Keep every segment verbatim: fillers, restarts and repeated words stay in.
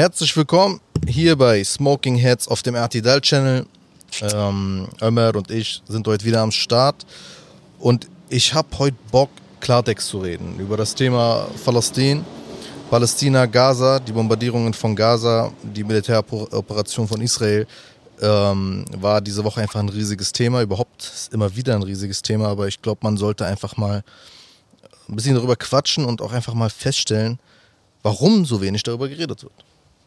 Herzlich willkommen hier bei Smoking Heads auf dem R T Dal Channel. Ähm, Ömer und ich sind heute wieder am Start und ich habe heute Bock, Klartext zu reden über das Thema Palästin, Palästina, Gaza, die Bombardierungen von Gaza, die Militäroperation von Israel. Ähm, war diese Woche einfach ein riesiges Thema, überhaupt ist immer wieder ein riesiges Thema, aber ich glaube, man sollte einfach mal ein bisschen darüber quatschen und auch einfach mal feststellen, warum so wenig darüber geredet wird.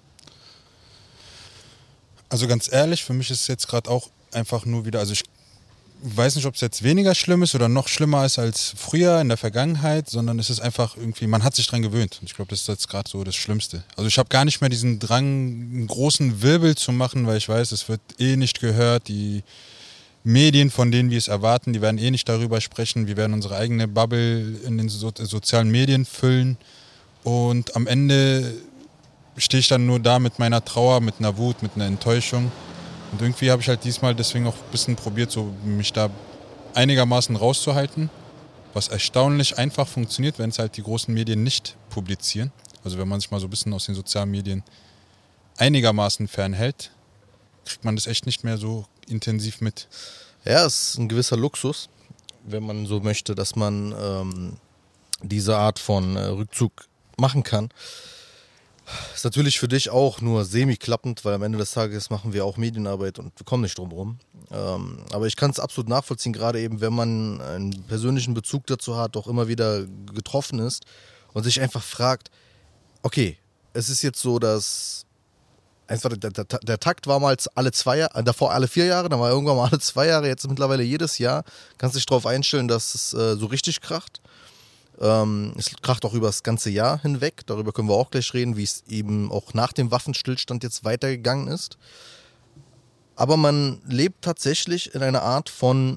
Also ganz ehrlich, für mich ist es jetzt gerade auch einfach nur wieder, also ich weiß nicht, ob es jetzt weniger schlimm ist oder noch schlimmer ist als früher in der Vergangenheit, sondern es ist einfach irgendwie, man hat sich dran gewöhnt. Und ich glaube, das ist jetzt gerade so das Schlimmste. Also ich habe gar nicht mehr diesen Drang, einen großen Wirbel zu machen, weil ich weiß, es wird eh nicht gehört. Die Medien, von denen wir es erwarten, die werden eh nicht darüber sprechen. Wir werden unsere eigene Bubble in den so- sozialen Medien füllen. Und am Ende stehe ich dann nur da mit meiner Trauer, mit einer Wut, mit einer Enttäuschung. Und irgendwie habe ich halt diesmal deswegen auch ein bisschen probiert, so mich da einigermaßen rauszuhalten, was erstaunlich einfach funktioniert, wenn es halt die großen Medien nicht publizieren. Also wenn man sich mal so ein bisschen aus den sozialen Medien einigermaßen fernhält, kriegt man das echt nicht mehr so intensiv mit. Ja, es ist ein gewisser Luxus, wenn man so möchte, dass man ähm, diese Art von äh, Rückzug machen kann. Ist natürlich für dich auch nur semi-klappend, weil am Ende des Tages machen wir auch Medienarbeit und wir kommen nicht drum rum. Ähm, aber ich kann es absolut nachvollziehen, gerade eben, wenn man einen persönlichen Bezug dazu hat, auch immer wieder getroffen ist und sich einfach fragt, okay, es ist jetzt so, dass einfach der, der, der Takt war mal alle zwei Jahre, davor alle vier Jahre, dann war irgendwann mal alle zwei Jahre, jetzt mittlerweile jedes Jahr. Kannst dich darauf einstellen, dass es äh, so richtig kracht. Ähm, es kracht auch über das ganze Jahr hinweg, darüber können wir auch gleich reden, wie es eben auch nach dem Waffenstillstand jetzt weitergegangen ist. Aber man lebt tatsächlich in einer Art von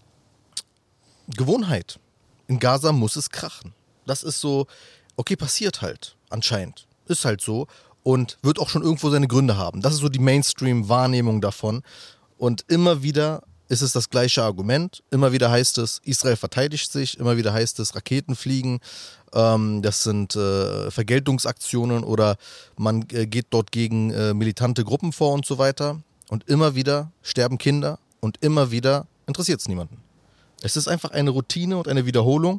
Gewohnheit. In Gaza muss es krachen. Das ist so, okay, passiert halt, anscheinend. Ist halt so und wird auch schon irgendwo seine Gründe haben. Das ist so die Mainstream-Wahrnehmung davon. Und immer wieder ist es das gleiche Argument. Immer wieder heißt es, Israel verteidigt sich. Immer wieder heißt es, Raketen fliegen. Ähm, das sind äh, Vergeltungsaktionen oder man äh, geht dort gegen äh, militante Gruppen vor und so weiter. Und immer wieder sterben Kinder und immer wieder interessiert es niemanden. Es ist einfach eine Routine und eine Wiederholung.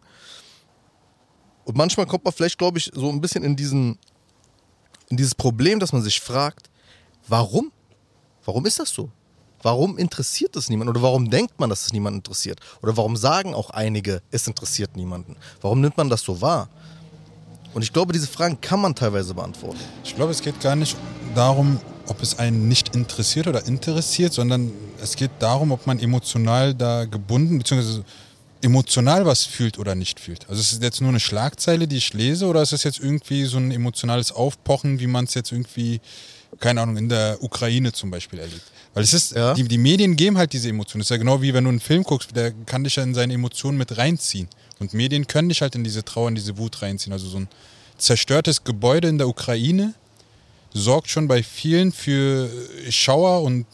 Und manchmal kommt man vielleicht, glaube ich, so ein bisschen in diesen, in dieses Problem, dass man sich fragt, warum? Warum ist das so? Warum interessiert es niemanden? Oder warum denkt man, dass es niemanden interessiert? Oder warum sagen auch einige, es interessiert niemanden? Warum nimmt man das so wahr? Und ich glaube, diese Fragen kann man teilweise beantworten. Ich glaube, es geht gar nicht darum, ob es einen nicht interessiert oder interessiert, sondern es geht darum, ob man emotional da gebunden, beziehungsweise emotional was fühlt oder nicht fühlt. Also ist es jetzt nur eine Schlagzeile, die ich lese, oder ist es jetzt irgendwie so ein emotionales Aufpochen, wie man es jetzt irgendwie, keine Ahnung, in der Ukraine zum Beispiel erlebt. Weil es ist, ja. die, die Medien geben halt diese Emotionen. Das ist ja genau wie wenn du einen Film guckst, der kann dich ja in seine Emotionen mit reinziehen. Und Medien können dich halt in diese Trauer, in diese Wut reinziehen. Also so ein zerstörtes Gebäude in der Ukraine sorgt schon bei vielen für Schauer und,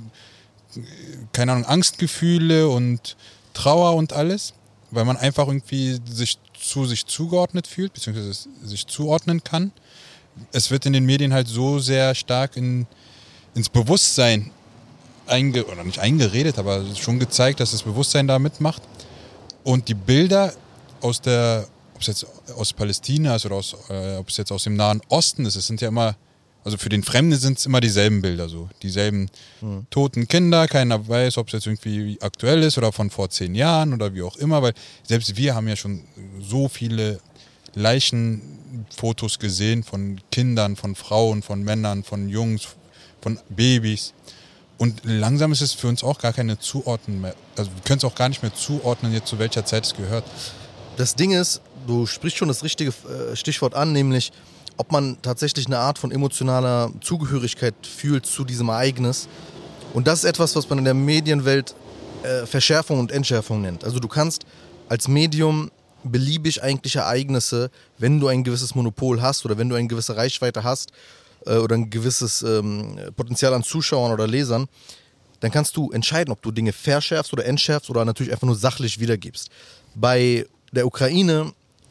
keine Ahnung, Angstgefühle und Trauer und alles, weil man einfach irgendwie sich zu sich zugeordnet fühlt, beziehungsweise sich zuordnen kann. Es wird in den Medien halt so sehr stark in, ins Bewusstsein einge, oder nicht eingeredet, aber schon gezeigt, dass das Bewusstsein da mitmacht. Und die Bilder aus der, ob es jetzt aus Palästina ist oder aus, äh, ob es jetzt aus dem Nahen Osten ist, es sind ja immer, also für den Fremden sind es immer dieselben Bilder, so dieselben mhm. toten Kinder, keiner weiß, ob es jetzt irgendwie aktuell ist oder von vor zehn Jahren oder wie auch immer, weil selbst wir haben ja schon so viele Leichenfotos gesehen von Kindern, von Frauen, von Männern, von Jungs, von Babys. Und langsam ist es für uns auch gar keine Zuordnung mehr. Also wir können es auch gar nicht mehr zuordnen, jetzt zu welcher Zeit es gehört. Das Ding ist, du sprichst schon das richtige Stichwort an, nämlich ob man tatsächlich eine Art von emotionaler Zugehörigkeit fühlt zu diesem Ereignis. Und das ist etwas, was man in der Medienwelt äh, Verschärfung und Entschärfung nennt. Also du kannst als Medium beliebig eigentlich Ereignisse, wenn du ein gewisses Monopol hast oder wenn du eine gewisse Reichweite hast äh, oder ein gewisses ähm, Potenzial an Zuschauern oder Lesern, dann kannst du entscheiden, ob du Dinge verschärfst oder entschärfst oder natürlich einfach nur sachlich wiedergibst. Bei der Ukraine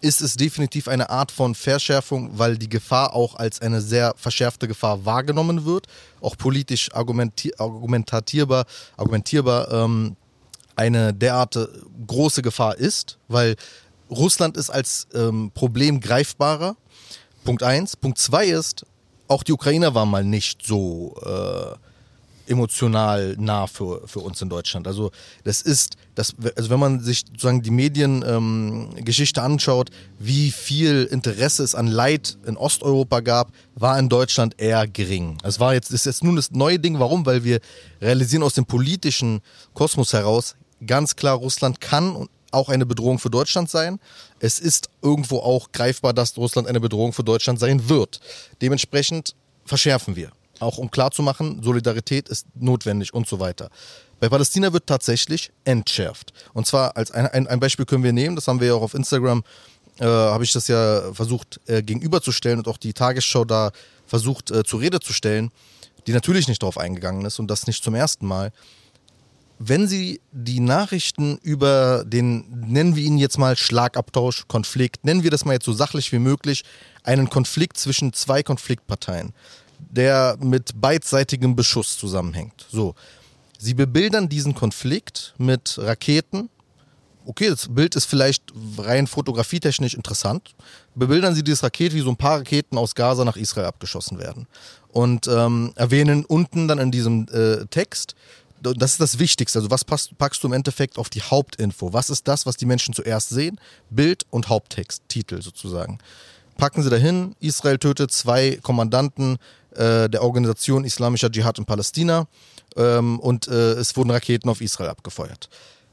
ist es definitiv eine Art von Verschärfung, weil die Gefahr auch als eine sehr verschärfte Gefahr wahrgenommen wird, auch politisch argumenti- argumentatierbar, argumentierbar ähm, eine derart große Gefahr ist, weil Russland ist als ähm, Problem greifbarer. Punkt eins. Punkt zwei ist, auch die Ukrainer waren mal nicht so äh, emotional nah für, für uns in Deutschland. Also das ist, das, also wenn man sich sozusagen die Mediengeschichte ähm, anschaut, wie viel Interesse es an Leid in Osteuropa gab, war in Deutschland eher gering. Es war jetzt, ist jetzt nun das neue Ding. Warum? Weil wir realisieren aus dem politischen Kosmos heraus, ganz klar, Russland kann auch eine Bedrohung für Deutschland sein. Es ist irgendwo auch greifbar, dass Russland eine Bedrohung für Deutschland sein wird. Dementsprechend verschärfen wir. Auch um klarzumachen, Solidarität ist notwendig und so weiter. Bei Palästina wird tatsächlich entschärft. Und zwar als ein, ein, ein Beispiel können wir nehmen, das haben wir ja auch auf Instagram, äh, habe ich das ja versucht äh, gegenüberzustellen und auch die Tagesschau da versucht äh, zur Rede zu stellen, die natürlich nicht darauf eingegangen ist und das nicht zum ersten Mal. Wenn Sie die Nachrichten über den, nennen wir ihn jetzt mal Schlagabtausch, Konflikt, nennen wir das mal jetzt so sachlich wie möglich, einen Konflikt zwischen zwei Konfliktparteien, der mit beidseitigem Beschuss zusammenhängt. So, Sie bebildern diesen Konflikt mit Raketen. Okay, das Bild ist vielleicht rein fotografietechnisch interessant. Bebildern Sie dieses Raket, wie so ein paar Raketen aus Gaza nach Israel abgeschossen werden. Und ähm, erwähnen unten dann in diesem äh, Text, das ist das Wichtigste. Also was packst, packst du im Endeffekt auf die Hauptinfo? Was ist das, was die Menschen zuerst sehen? Bild und Haupttext, Titel sozusagen. Packen Sie dahin, Israel tötet zwei Kommandanten äh, der Organisation Islamischer Dschihad in Palästina ähm, und äh, es wurden Raketen auf Israel abgefeuert.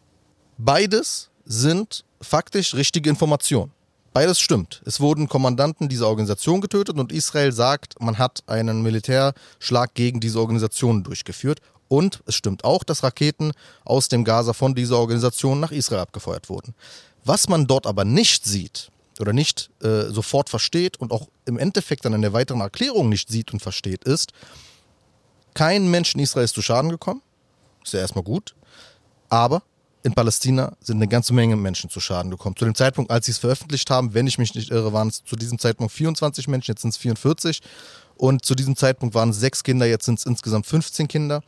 Beides sind faktisch richtige Informationen. Beides stimmt. Es wurden Kommandanten dieser Organisation getötet und Israel sagt, man hat einen Militärschlag gegen diese Organisation durchgeführt. Und es stimmt auch, dass Raketen aus dem Gaza von dieser Organisation nach Israel abgefeuert wurden. Was man dort aber nicht sieht oder nicht äh, sofort versteht und auch im Endeffekt dann in der weiteren Erklärung nicht sieht und versteht, ist, kein Mensch in Israel ist zu Schaden gekommen. Ist ja erstmal gut. Aber in Palästina sind eine ganze Menge Menschen zu Schaden gekommen. Zu dem Zeitpunkt, als sie es veröffentlicht haben, wenn ich mich nicht irre, waren es zu diesem Zeitpunkt vierundzwanzig Menschen, jetzt sind es vierundvierzig. Und zu diesem Zeitpunkt waren es sechs Kinder, jetzt sind es insgesamt fünfzehn Kinder.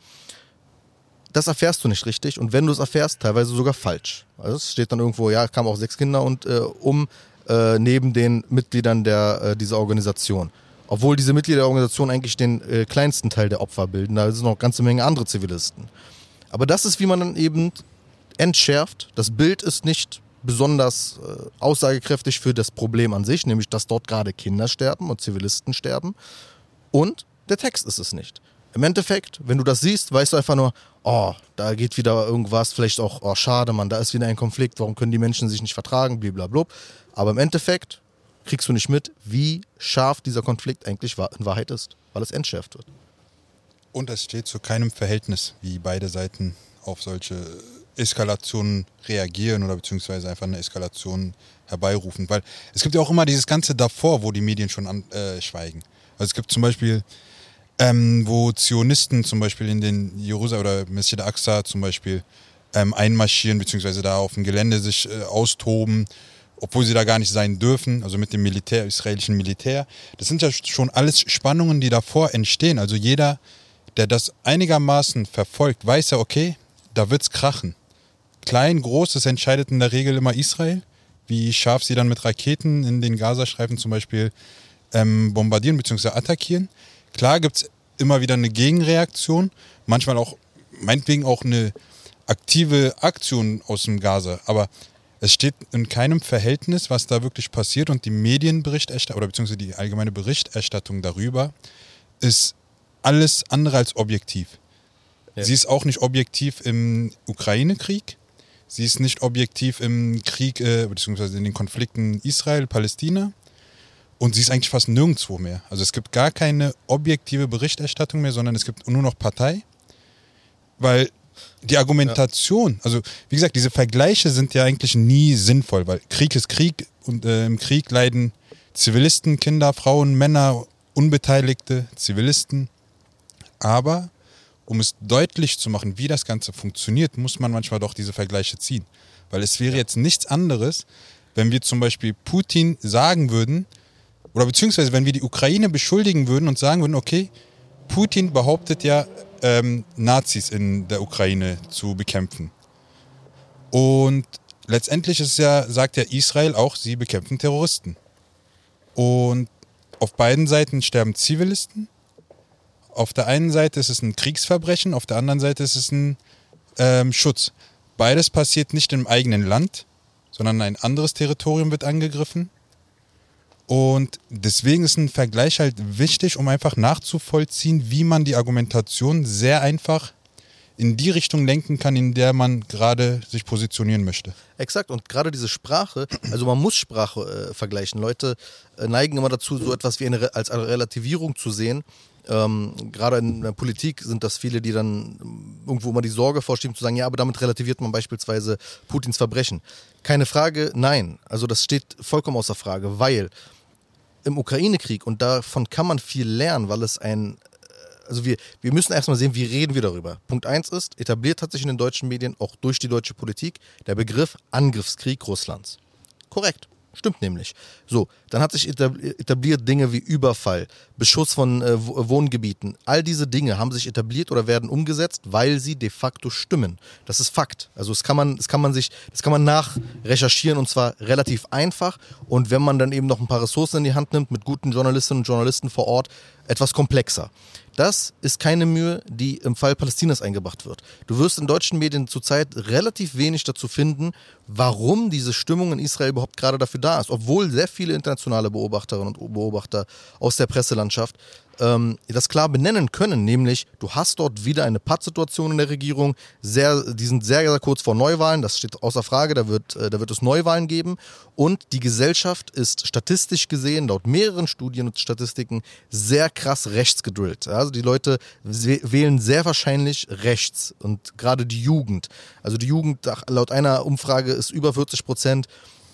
Das erfährst du nicht richtig und wenn du es erfährst, teilweise sogar falsch. Also es steht dann irgendwo, ja, kamen auch sechs Kinder und äh, um äh, neben den Mitgliedern der, äh, dieser Organisation. Obwohl diese Mitglieder der Organisation eigentlich den äh, kleinsten Teil der Opfer bilden, da sind noch eine ganze Menge andere Zivilisten. Aber das ist, wie man dann eben entschärft. Das Bild ist nicht besonders äh, aussagekräftig für das Problem an sich, nämlich dass dort gerade Kinder sterben und Zivilisten sterben. Und der Text ist es nicht. Im Endeffekt, wenn du das siehst, weißt du einfach nur, oh, da geht wieder irgendwas, vielleicht auch, oh, schade, Mann, da ist wieder ein Konflikt, warum können die Menschen sich nicht vertragen, blablabla. Aber im Endeffekt kriegst du nicht mit, wie scharf dieser Konflikt eigentlich in Wahrheit ist, weil es entschärft wird. Und es steht zu keinem Verhältnis, wie beide Seiten auf solche Eskalationen reagieren oder beziehungsweise einfach eine Eskalation herbeirufen. Weil es gibt ja auch immer dieses Ganze davor, wo die Medien schon an, äh, schweigen. Also es gibt zum Beispiel Ähm, wo Zionisten zum Beispiel in den Jerusalem oder Masjid al-Aqsa zum Beispiel ähm, einmarschieren, beziehungsweise da auf dem Gelände sich äh, austoben, obwohl sie da gar nicht sein dürfen, also mit dem Militär, israelischen Militär. Das sind ja schon alles Spannungen, die davor entstehen. Also jeder, der das einigermaßen verfolgt, weiß ja, okay, da wird's krachen. Klein, groß, das entscheidet in der Regel immer Israel, wie scharf sie dann mit Raketen in den Gazastreifen zum Beispiel ähm, bombardieren bzw. attackieren. Klar gibt es immer wieder eine Gegenreaktion, manchmal auch, meinetwegen auch eine aktive Aktion aus dem Gaza, aber es steht in keinem Verhältnis, was da wirklich passiert und die Medienberichterstattung oder beziehungsweise die allgemeine Berichterstattung darüber ist alles andere als objektiv. Ja. Sie ist auch nicht objektiv im Ukraine-Krieg, sie ist nicht objektiv im Krieg, äh, beziehungsweise in den Konflikten Israel-Palästina. Und sie ist eigentlich fast nirgendwo mehr. Also es gibt gar keine objektive Berichterstattung mehr, sondern es gibt nur noch Partei. Weil die Argumentation, also wie gesagt, diese Vergleiche sind ja eigentlich nie sinnvoll, weil Krieg ist Krieg und äh, im Krieg leiden Zivilisten, Kinder, Frauen, Männer, Unbeteiligte, Zivilisten. Aber um es deutlich zu machen, wie das Ganze funktioniert, muss man manchmal doch diese Vergleiche ziehen. Weil es wäre ja jetzt nichts anderes, wenn wir zum Beispiel Putin sagen würden, oder beziehungsweise wenn wir die Ukraine beschuldigen würden und sagen würden, okay, Putin behauptet ja, ähm, Nazis in der Ukraine zu bekämpfen. Und letztendlich ist ja, sagt ja Israel auch, sie bekämpfen Terroristen. Und auf beiden Seiten sterben Zivilisten. Auf der einen Seite ist es ein Kriegsverbrechen, auf der anderen Seite ist es ein ähm, Schutz. Beides passiert nicht im eigenen Land, sondern ein anderes Territorium wird angegriffen. Und deswegen ist ein Vergleich halt wichtig, um einfach nachzuvollziehen, wie man die Argumentation sehr einfach in die Richtung lenken kann, in der man gerade sich positionieren möchte. Exakt, und gerade diese Sprache, also man muss Sprache äh, vergleichen. Leute äh, neigen immer dazu, so etwas wie eine, als eine Relativierung zu sehen. Ähm, gerade in der Politik sind das viele, die dann irgendwo immer die Sorge vorschieben, zu sagen, ja, aber damit relativiert man beispielsweise Putins Verbrechen. Keine Frage, nein. Also das steht vollkommen außer Frage, weil im Ukraine-Krieg, und davon kann man viel lernen, weil es ein Also wir, wir müssen erstmal sehen, wie reden wir darüber. Punkt eins ist, etabliert hat sich in den deutschen Medien, auch durch die deutsche Politik, der Begriff Angriffskrieg Russlands. Korrekt, stimmt nämlich. So, dann hat sich etabliert Dinge wie Überfall, Beschuss von äh, Wohngebieten. All diese Dinge haben sich etabliert oder werden umgesetzt, weil sie de facto stimmen. Das ist Fakt. Also das kann man, das kann man sich, das kann man nachrecherchieren und zwar relativ einfach. Und wenn man dann eben noch ein paar Ressourcen in die Hand nimmt, mit guten Journalistinnen und Journalisten vor Ort, etwas komplexer. Das ist keine Mühe, die im Fall Palästinas eingebracht wird. Du wirst in deutschen Medien zurzeit relativ wenig dazu finden, warum diese Stimmung in Israel überhaupt gerade dafür da ist. Obwohl sehr viele internationale Beobachterinnen und Beobachter aus der Presselandschaft ähm, das klar benennen können, nämlich du hast dort wieder eine Pattsituation in der Regierung, sehr, die sind sehr, sehr kurz vor Neuwahlen, das steht außer Frage, da wird, äh, da wird es Neuwahlen geben und die Gesellschaft ist statistisch gesehen, laut mehreren Studien und Statistiken, sehr krass rechts gedrillt. Also die Leute wählen sehr wahrscheinlich rechts und gerade die Jugend, also die Jugend laut einer Umfrage ist über vierzig Prozent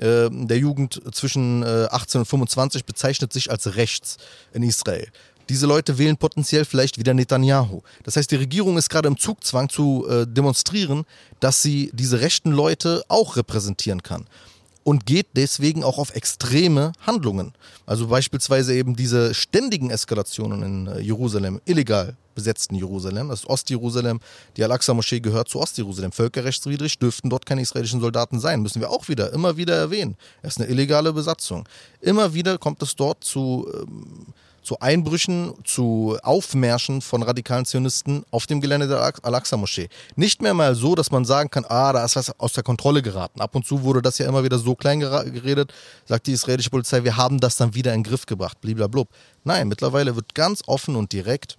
der Jugend zwischen achtzehn und fünfundzwanzig bezeichnet sich als rechts in Israel. Diese Leute wählen potenziell vielleicht wieder Netanyahu. Das heißt, die Regierung ist gerade im Zugzwang zu äh, demonstrieren, dass sie diese rechten Leute auch repräsentieren kann. Und geht deswegen auch auf extreme Handlungen. Also beispielsweise eben diese ständigen Eskalationen in äh, Jerusalem, illegal besetzten Jerusalem, das ist Ostjerusalem, die Al-Aqsa-Moschee gehört zu Ostjerusalem. Völkerrechtswidrig dürften dort keine israelischen Soldaten sein, müssen wir auch wieder, immer wieder erwähnen. Es ist eine illegale Besatzung. Immer wieder kommt es dort zu... Ähm, zu Einbrüchen, zu Aufmärschen von radikalen Zionisten auf dem Gelände der Al-Aqsa-Moschee. Nicht mehr mal so, dass man sagen kann, ah, da ist was aus der Kontrolle geraten. Ab und zu wurde das ja immer wieder so klein geredet, sagt die israelische Polizei, wir haben das dann wieder in den Griff gebracht, bliblablub. Nein, mittlerweile wird ganz offen und direkt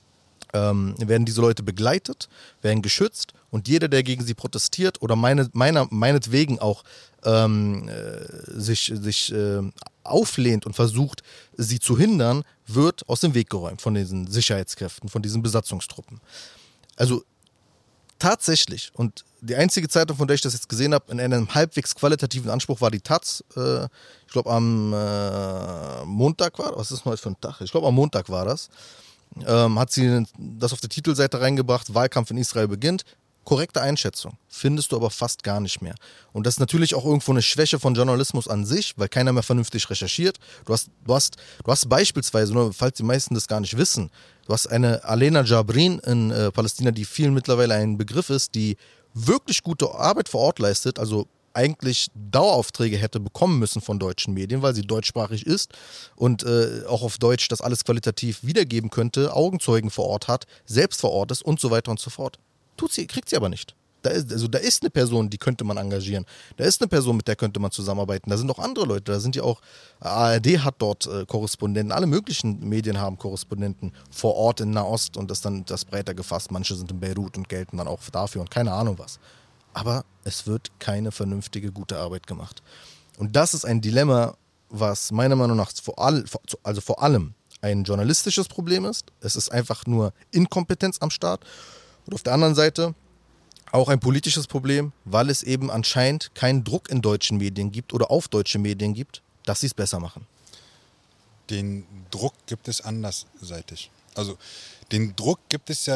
ähm, werden diese Leute begleitet, werden geschützt und jeder, der gegen sie protestiert oder meine, meiner, meinetwegen auch ähm, äh, sich, sich äh, auflehnt und versucht, sie zu hindern, wird aus dem Weg geräumt von diesen Sicherheitskräften, von diesen Besatzungstruppen. Also tatsächlich, und die einzige Zeitung, von der ich das jetzt gesehen habe, in einem halbwegs qualitativen Anspruch war die Taz. Äh, ich glaube am äh, Montag war, was ist denn heute für ein Tag? Ich glaube am Montag war das. Ähm, hat sie das auf der Titelseite reingebracht, Wahlkampf in Israel beginnt. Korrekte Einschätzung, findest du aber fast gar nicht mehr. Und das ist natürlich auch irgendwo eine Schwäche von Journalismus an sich, weil keiner mehr vernünftig recherchiert. Du hast, du hast, du hast beispielsweise, nur falls die meisten das gar nicht wissen, du hast eine Alena Jabrin in äh, Palästina, die vielen mittlerweile ein Begriff ist, die wirklich gute Arbeit vor Ort leistet, also eigentlich Daueraufträge hätte bekommen müssen von deutschen Medien, weil sie deutschsprachig ist und äh, auch auf Deutsch das alles qualitativ wiedergeben könnte, Augenzeugen vor Ort hat, selbst vor Ort ist und so weiter und so fort. Tut sie, kriegt sie aber nicht. Da ist, also da ist eine Person, die könnte man engagieren. Da ist eine Person, mit der könnte man zusammenarbeiten. Da sind auch andere Leute. Da sind ja auch, A R D hat dort äh, Korrespondenten. Alle möglichen Medien haben Korrespondenten vor Ort in Nahost und das dann das breiter gefasst. Manche sind in Beirut und gelten dann auch dafür und keine Ahnung was. Aber es wird keine vernünftige, gute Arbeit gemacht. Und das ist ein Dilemma, was meiner Meinung nach vor, all, also vor allem ein journalistisches Problem ist. Es ist einfach nur Inkompetenz am Start. Und auf der anderen Seite auch ein politisches Problem, weil es eben anscheinend keinen Druck in deutschen Medien gibt oder auf deutsche Medien gibt, dass sie es besser machen. Den Druck gibt es andersseitig. Also den Druck gibt es ja,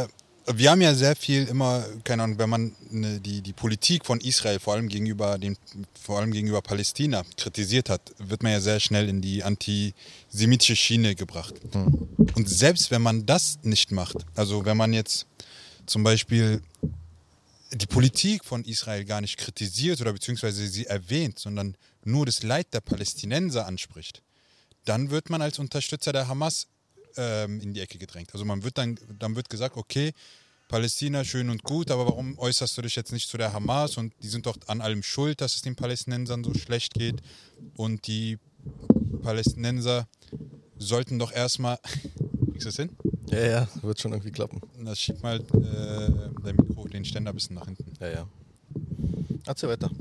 Wir haben ja sehr viel immer, keine Ahnung, wenn man ne, die, die Politik von Israel vor allem gegenüber den, vor allem gegenüber Palästina kritisiert hat, wird man ja sehr schnell in die antisemitische Schiene gebracht. Hm. Und selbst wenn man das nicht macht, also wenn man jetzt zum Beispiel die Politik von Israel gar nicht kritisiert oder beziehungsweise sie erwähnt, sondern nur das Leid der Palästinenser anspricht, dann wird man als Unterstützer der Hamas ähm, in die Ecke gedrängt. Also man wird dann, dann wird gesagt, okay, Palästina schön und gut, aber warum äußerst du dich jetzt nicht zu der Hamas und die sind doch an allem schuld, dass es den Palästinensern so schlecht geht und die Palästinenser sollten doch erstmal... Kriegst du das hin? Ja, ja, wird schon irgendwie klappen. Das schiebt mal äh, der Mikro, den Ständer ein bisschen nach hinten. Ja, ja. Erzähl weiter.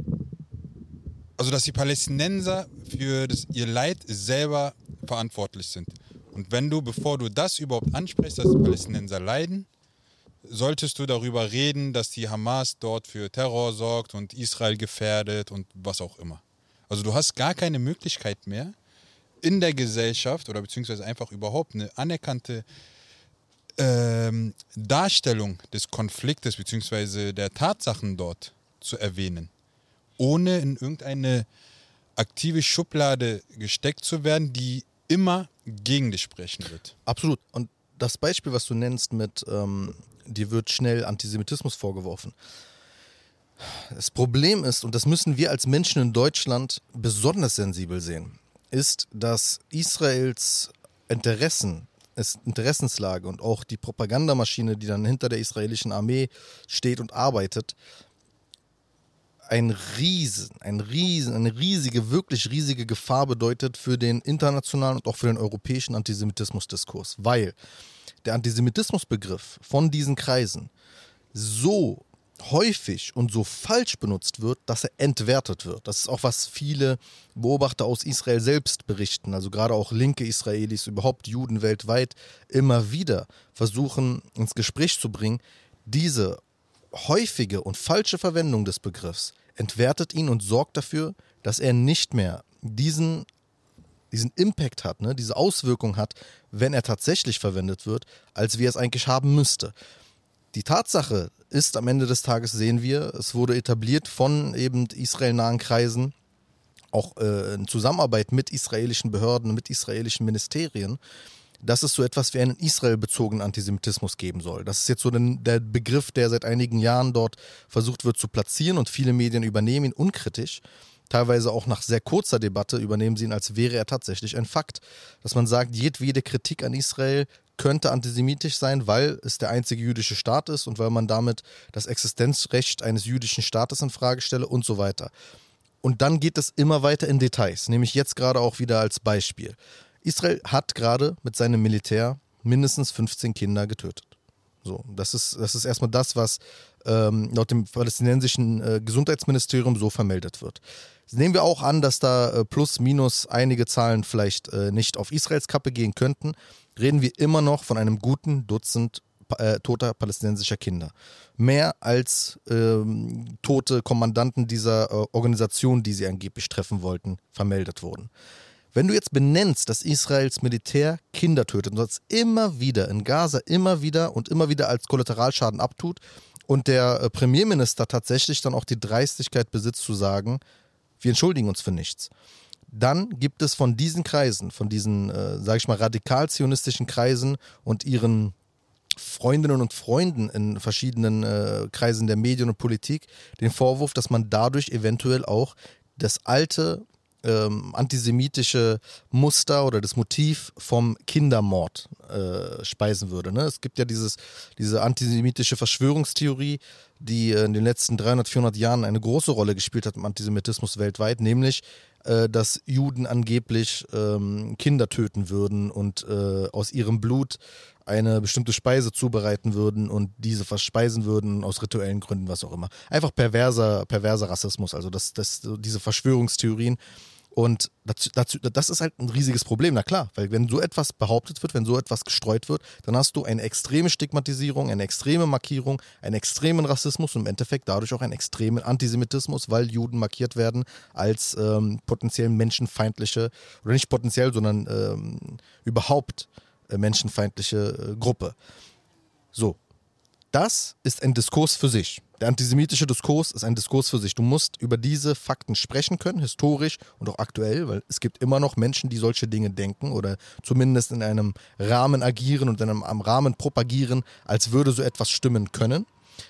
Also, dass die Palästinenser für das, ihr Leid selber verantwortlich sind. Und wenn du, bevor du das überhaupt ansprichst, dass die Palästinenser leiden, solltest du darüber reden, dass die Hamas dort für Terror sorgt und Israel gefährdet und was auch immer. Also du hast gar keine Möglichkeit mehr, in der Gesellschaft oder beziehungsweise einfach überhaupt eine anerkannte ähm, Darstellung des Konfliktes beziehungsweise der Tatsachen dort zu erwähnen, ohne in irgendeine aktive Schublade gesteckt zu werden, die immer gegen dich sprechen wird. Absolut. Und das Beispiel, was du nennst mit, ähm, dir wird schnell Antisemitismus vorgeworfen. Das Problem ist, und das müssen wir als Menschen in Deutschland besonders sensibel sehen, ist, dass Israels Interessen, Interessenslage und auch die Propagandamaschine, die dann hinter der israelischen Armee steht und arbeitet, ein Riesen, ein Riesen, eine riesige, wirklich riesige Gefahr bedeutet für den internationalen und auch für den europäischen Antisemitismusdiskurs, weil der Antisemitismusbegriff von diesen Kreisen so häufig und so falsch benutzt wird, dass er entwertet wird. Das ist auch, was viele Beobachter aus Israel selbst berichten, also gerade auch linke Israelis, überhaupt Juden weltweit, immer wieder versuchen ins Gespräch zu bringen, diese häufige und falsche Verwendung des Begriffs entwertet ihn und sorgt dafür, dass er nicht mehr diesen, diesen Impact hat, ne, diese Auswirkung hat, wenn er tatsächlich verwendet wird, als wie er es eigentlich haben müsste. Die Tatsache ist, am Ende des Tages sehen wir, es wurde etabliert von eben israelnahen Kreisen, auch äh, in Zusammenarbeit mit israelischen Behörden, mit israelischen Ministerien, dass es so etwas wie einen israelbezogenen Antisemitismus geben soll. Das ist jetzt so den, der Begriff, der seit einigen Jahren dort versucht wird zu platzieren und viele Medien übernehmen ihn unkritisch. Teilweise auch nach sehr kurzer Debatte übernehmen sie ihn, als wäre er tatsächlich ein Fakt. Dass man sagt, jedwede Kritik an Israel könnte antisemitisch sein, weil es der einzige jüdische Staat ist und weil man damit das Existenzrecht eines jüdischen Staates in Frage stelle und so weiter. Und dann geht es immer weiter in Details, nämlich jetzt gerade auch wieder als Beispiel. Israel hat gerade mit seinem Militär mindestens fünfzehn Kinder getötet. So, das ist, das ist erstmal das, was ähm, laut dem palästinensischen äh, Gesundheitsministerium so vermeldet wird. Nehmen wir auch an, dass da äh, plus, minus einige Zahlen vielleicht äh, nicht auf Israels Kappe gehen könnten, reden wir immer noch von einem guten Dutzend äh, toter palästinensischer Kinder. Mehr als ähm, tote Kommandanten dieser äh, Organisation, die sie angeblich treffen wollten, vermeldet wurden. Wenn du jetzt benennst, dass Israels Militär Kinder tötet und das immer wieder in Gaza immer wieder und immer wieder als Kollateralschaden abtut und der äh, Premierminister tatsächlich dann auch die Dreistigkeit besitzt zu sagen, wir entschuldigen uns für nichts, dann gibt es von diesen Kreisen, von diesen, äh, sage ich mal, radikal-zionistischen Kreisen und ihren Freundinnen und Freunden in verschiedenen äh, Kreisen der Medien und Politik den Vorwurf, dass man dadurch eventuell auch das alte Ähm, antisemitische Muster oder das Motiv vom Kindermord äh, speisen würde. Ne? Es gibt ja dieses, diese antisemitische Verschwörungstheorie, die äh, in den letzten dreihundert, vierhundert Jahren eine große Rolle gespielt hat im Antisemitismus weltweit, nämlich, äh, dass Juden angeblich ähm, Kinder töten würden und äh, aus ihrem Blut eine bestimmte Speise zubereiten würden und diese verspeisen würden aus rituellen Gründen, was auch immer. Einfach perverser, perverser Rassismus, also das, das, diese Verschwörungstheorien. Und dazu, dazu, das ist halt ein riesiges Problem, na klar, weil wenn so etwas behauptet wird, wenn so etwas gestreut wird, dann hast du eine extreme Stigmatisierung, eine extreme Markierung, einen extremen Rassismus und im Endeffekt dadurch auch einen extremen Antisemitismus, weil Juden markiert werden als ähm, potenziell menschenfeindliche, oder nicht potenziell, sondern ähm, überhaupt äh, menschenfeindliche äh, Gruppe. So. das ist ein Diskurs für sich. Der antisemitische Diskurs ist ein Diskurs für sich. Du musst über diese Fakten sprechen können, historisch und auch aktuell, weil es gibt immer noch Menschen, die solche Dinge denken oder zumindest in einem Rahmen agieren und in einem, einem Rahmen propagieren, als würde so etwas stimmen können.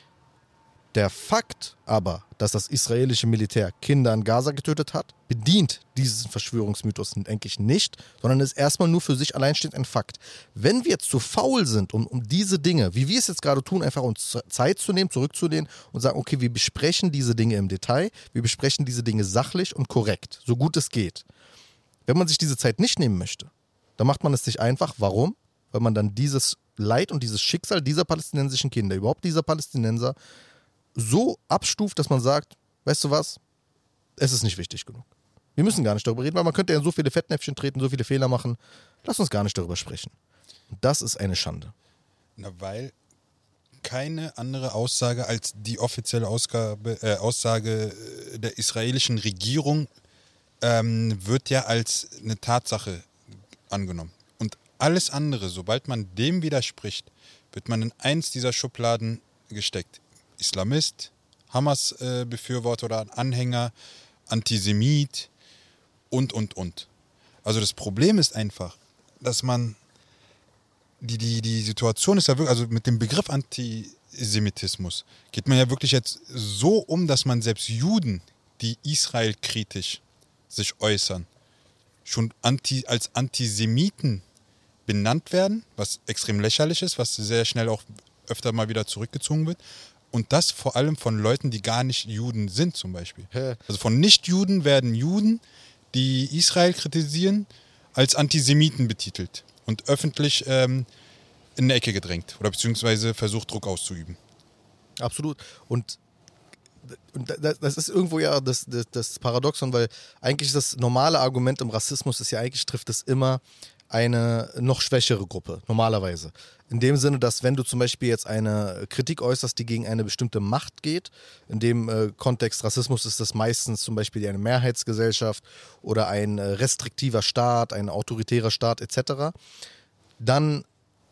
Der Fakt aber, dass das israelische Militär Kinder in Gaza getötet hat, bedient diesen Verschwörungsmythos eigentlich nicht, sondern ist erstmal nur für sich alleinstehend ein Fakt. Wenn wir jetzt zu faul sind, um, um diese Dinge, wie wir es jetzt gerade tun, einfach uns Zeit zu nehmen, zurückzulehnen und sagen, okay, wir besprechen diese Dinge im Detail, wir besprechen diese Dinge sachlich und korrekt, so gut es geht. Wenn man sich diese Zeit nicht nehmen möchte, dann macht man es sich einfach. Warum? Weil man dann dieses Leid und dieses Schicksal dieser palästinensischen Kinder, überhaupt dieser Palästinenser, so abstuft, dass man sagt, weißt du was, es ist nicht wichtig genug. Wir müssen gar nicht darüber reden, weil man könnte ja in so viele Fettnäpfchen treten, so viele Fehler machen. Lass uns gar nicht darüber sprechen. Und das ist eine Schande. Na, weil keine andere Aussage als die offizielle Ausgabe, äh, Aussage der israelischen Regierung ähm, wird ja als eine Tatsache angenommen. Und alles andere, sobald man dem widerspricht, wird man in eins dieser Schubladen gesteckt. Islamist, Hamas-Befürworter oder Anhänger, Antisemit und, und, und. Also das Problem ist einfach, dass man, die, die, die Situation ist ja wirklich, also mit dem Begriff Antisemitismus geht man ja wirklich jetzt so um, dass man selbst Juden, die israelkritisch sich äußern, schon anti, als Antisemiten benannt werden, was extrem lächerlich ist, was sehr schnell auch öfter mal wieder zurückgezogen wird. Und das vor allem von Leuten, die gar nicht Juden sind zum Beispiel. Hä? Also von Nicht-Juden werden Juden, die Israel kritisieren, als Antisemiten betitelt und öffentlich ähm, in eine Ecke gedrängt oder beziehungsweise versucht, Druck auszuüben. Absolut. Und, und das ist irgendwo ja das, das, das Paradoxon, weil eigentlich das normale Argument im Rassismus ist ja, eigentlich trifft es immer eine noch schwächere Gruppe, normalerweise. In dem Sinne, dass wenn du zum Beispiel jetzt eine Kritik äußerst, die gegen eine bestimmte Macht geht, in dem äh, Kontext Rassismus ist das meistens zum Beispiel eine Mehrheitsgesellschaft oder ein äh, restriktiver Staat, ein autoritärer Staat et cetera, dann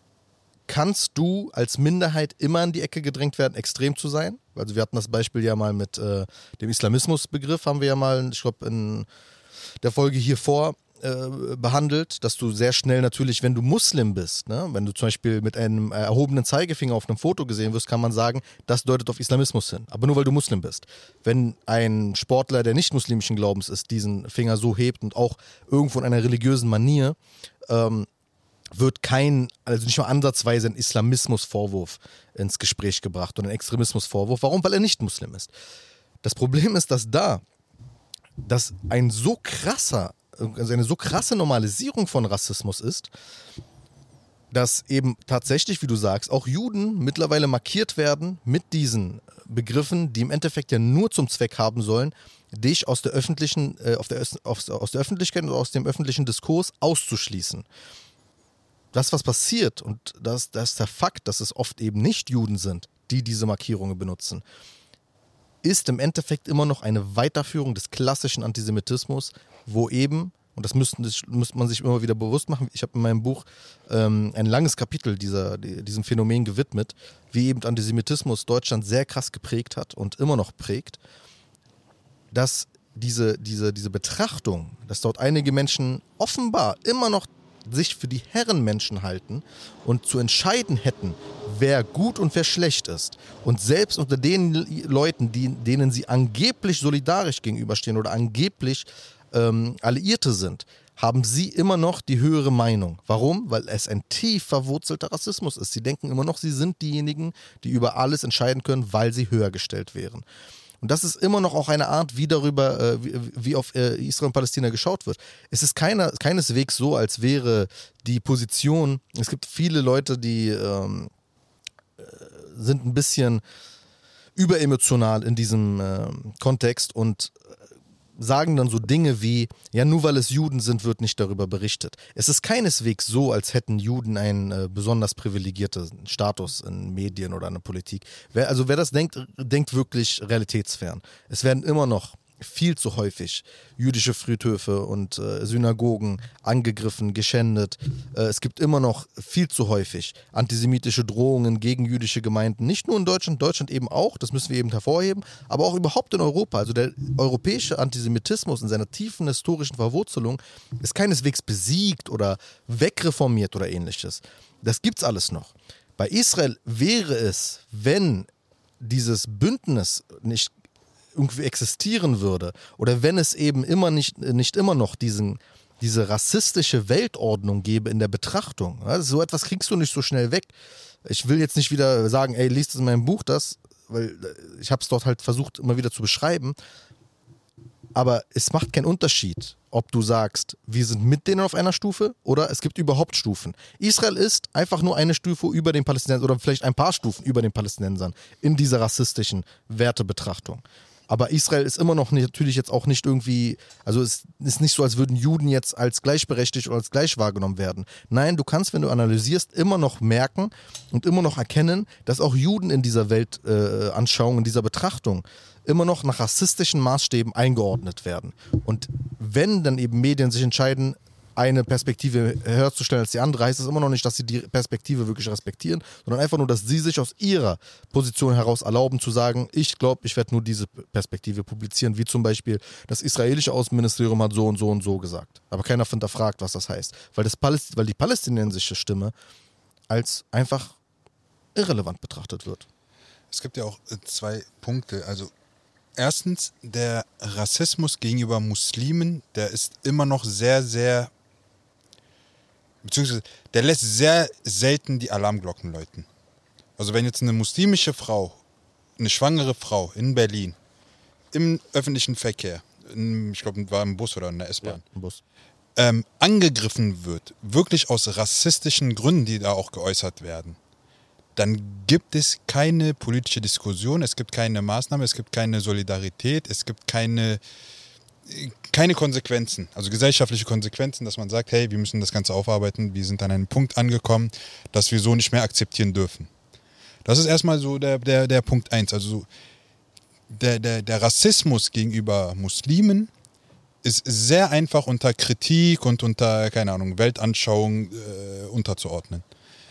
kannst du als Minderheit immer in die Ecke gedrängt werden, extrem zu sein. Also wir hatten das Beispiel ja mal mit äh, dem Islamismusbegriff, haben wir ja mal, ich glaube in der Folge hier vor, behandelt, dass du sehr schnell natürlich, wenn du Muslim bist, ne, wenn du zum Beispiel mit einem erhobenen Zeigefinger auf einem Foto gesehen wirst, kann man sagen, das deutet auf Islamismus hin. Aber nur weil du Muslim bist. Wenn ein Sportler, der nicht muslimischen Glaubens ist, diesen Finger so hebt und auch irgendwo in einer religiösen Manier, ähm, wird kein, also nicht mal ansatzweise ein Islamismusvorwurf ins Gespräch gebracht oder ein Extremismusvorwurf. Warum? Weil er nicht Muslim ist. Das Problem ist, dass da, dass ein so krasser also eine so krasse Normalisierung von Rassismus ist, dass eben tatsächlich, wie du sagst, auch Juden mittlerweile markiert werden mit diesen Begriffen, die im Endeffekt ja nur zum Zweck haben sollen, dich aus der öffentlichen, äh, auf der, aus, aus der Öffentlichkeit und aus dem öffentlichen Diskurs auszuschließen. Das, was passiert, und das, das ist der Fakt, dass es oft eben nicht Juden sind, die diese Markierungen benutzen, ist im Endeffekt immer noch eine Weiterführung des klassischen Antisemitismus, wo eben, und das müsste müsst man sich immer wieder bewusst machen, ich habe in meinem Buch ähm, ein langes Kapitel dieser, diesem Phänomen gewidmet, wie eben Antisemitismus Deutschland sehr krass geprägt hat und immer noch prägt, dass diese, diese, diese Betrachtung, dass dort einige Menschen offenbar immer noch sich für die Herrenmenschen halten und zu entscheiden hätten, wer gut und wer schlecht ist. Und selbst unter den Leuten, die, denen sie angeblich solidarisch gegenüberstehen oder angeblich ähm, Alliierte sind, haben sie immer noch die höhere Meinung. Warum? Weil es ein tief verwurzelter Rassismus ist. Sie denken immer noch, sie sind diejenigen, die über alles entscheiden können, weil sie höher gestellt wären. Und das ist immer noch auch eine Art, wie darüber, äh, wie, wie auf äh, Israel und Palästina geschaut wird. Es ist keiner, keineswegs so, als wäre die Position, es gibt viele Leute, die ähm, äh, sind ein bisschen überemotional in diesem äh, Kontext und sagen dann so Dinge wie, ja, nur weil es Juden sind, wird nicht darüber berichtet. Es ist keineswegs so, als hätten Juden einen äh, besonders privilegierten Status in Medien oder in der Politik. Wer, also wer das denkt, denkt wirklich realitätsfern. Es werden immer noch viel zu häufig jüdische Friedhöfe und äh, Synagogen angegriffen, geschändet. Äh, es gibt immer noch viel zu häufig antisemitische Drohungen gegen jüdische Gemeinden. Nicht nur in Deutschland, Deutschland eben auch, das müssen wir eben hervorheben, aber auch überhaupt in Europa. Also der europäische Antisemitismus in seiner tiefen historischen Verwurzelung ist keineswegs besiegt oder wegreformiert oder ähnliches. Das gibt's alles noch. Bei Israel wäre es, wenn dieses Bündnis nicht irgendwie existieren würde oder wenn es eben immer nicht, nicht immer noch diesen, diese rassistische Weltordnung gäbe in der Betrachtung. Ja, so etwas kriegst du nicht so schnell weg. Ich will jetzt nicht wieder sagen, ey, liest in meinem Buch das, weil ich habe es dort halt versucht immer wieder zu beschreiben, aber es macht keinen Unterschied, ob du sagst, wir sind mit denen auf einer Stufe oder es gibt überhaupt Stufen. Israel ist einfach nur eine Stufe über den Palästinensern oder vielleicht ein paar Stufen über den Palästinensern in dieser rassistischen Wertebetrachtung. Aber Israel ist immer noch nicht, natürlich jetzt auch nicht irgendwie, also es ist nicht so, als würden Juden jetzt als gleichberechtigt oder als gleich wahrgenommen werden. Nein, du kannst, wenn du analysierst, immer noch merken und immer noch erkennen, dass auch Juden in dieser Weltanschauung, äh, in dieser Betrachtung immer noch nach rassistischen Maßstäben eingeordnet werden. Und wenn dann eben Medien sich entscheiden, eine Perspektive höher zu stellen als die andere, heißt es immer noch nicht, dass sie die Perspektive wirklich respektieren, sondern einfach nur, dass sie sich aus ihrer Position heraus erlauben zu sagen, ich glaube, ich werde nur diese Perspektive publizieren, wie zum Beispiel das israelische Außenministerium hat so und so und so gesagt. Aber keiner hinterfragt, was das heißt. Weil, das Paläst- weil die palästinensische Stimme als einfach irrelevant betrachtet wird. Es gibt ja auch zwei Punkte. Also erstens, der Rassismus gegenüber Muslimen, der ist immer noch sehr, sehr, beziehungsweise der lässt sehr selten die Alarmglocken läuten. Also wenn jetzt eine muslimische Frau, eine schwangere Frau in Berlin im öffentlichen Verkehr, in, ich glaube, war im Bus oder in der S-Bahn, Ja, im Bus. Ähm, angegriffen wird, wirklich aus rassistischen Gründen, die da auch geäußert werden, dann gibt es keine politische Diskussion, es gibt keine Maßnahme, es gibt keine Solidarität, es gibt keine, keine Konsequenzen, also gesellschaftliche Konsequenzen, dass man sagt, hey, wir müssen das Ganze aufarbeiten, wir sind an einem Punkt angekommen, dass wir so nicht mehr akzeptieren dürfen. Das ist erstmal so der, der, der Punkt eins. Also der, der, der Rassismus gegenüber Muslimen ist sehr einfach unter Kritik und unter, keine Ahnung, Weltanschauung äh, unterzuordnen.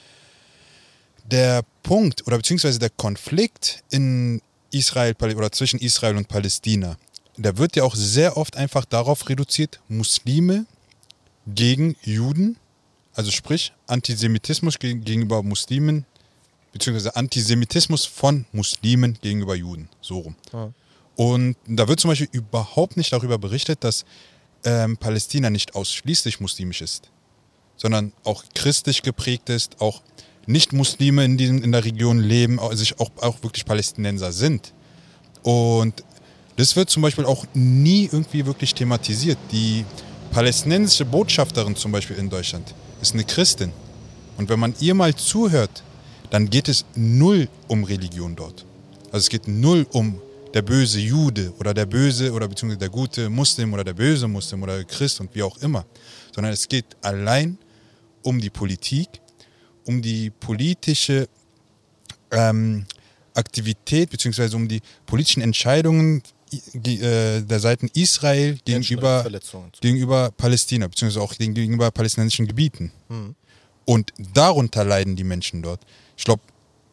Der Punkt oder beziehungsweise der Konflikt in Israel oder zwischen Israel und Palästina, der wird ja auch sehr oft einfach darauf reduziert, Muslime gegen Juden, also sprich Antisemitismus gegenüber Muslimen, beziehungsweise Antisemitismus von Muslimen gegenüber Juden, so rum. Ja. Und da wird zum Beispiel überhaupt nicht darüber berichtet, dass ähm, Palästina nicht ausschließlich muslimisch ist, sondern auch christlich geprägt ist, auch Nicht-Muslime in, diesen, in der Region leben, sich auch, auch wirklich Palästinenser sind. Und das wird zum Beispiel auch nie irgendwie wirklich thematisiert. Die palästinensische Botschafterin zum Beispiel in Deutschland ist eine Christin. Und wenn man ihr mal zuhört, dann geht es null um Religion dort. Also es geht null um der böse Jude oder der böse oder beziehungsweise der gute Muslim oder der böse Muslim oder Christ und wie auch immer. Sondern es geht allein um die Politik, um die politische ähm, Aktivität beziehungsweise um die politischen Entscheidungen äh, der Seiten Israel gegenüber, gegenüber Palästina beziehungsweise auch gegenüber palästinensischen Gebieten. Mhm. Und darunter leiden die Menschen dort. Ich glaube,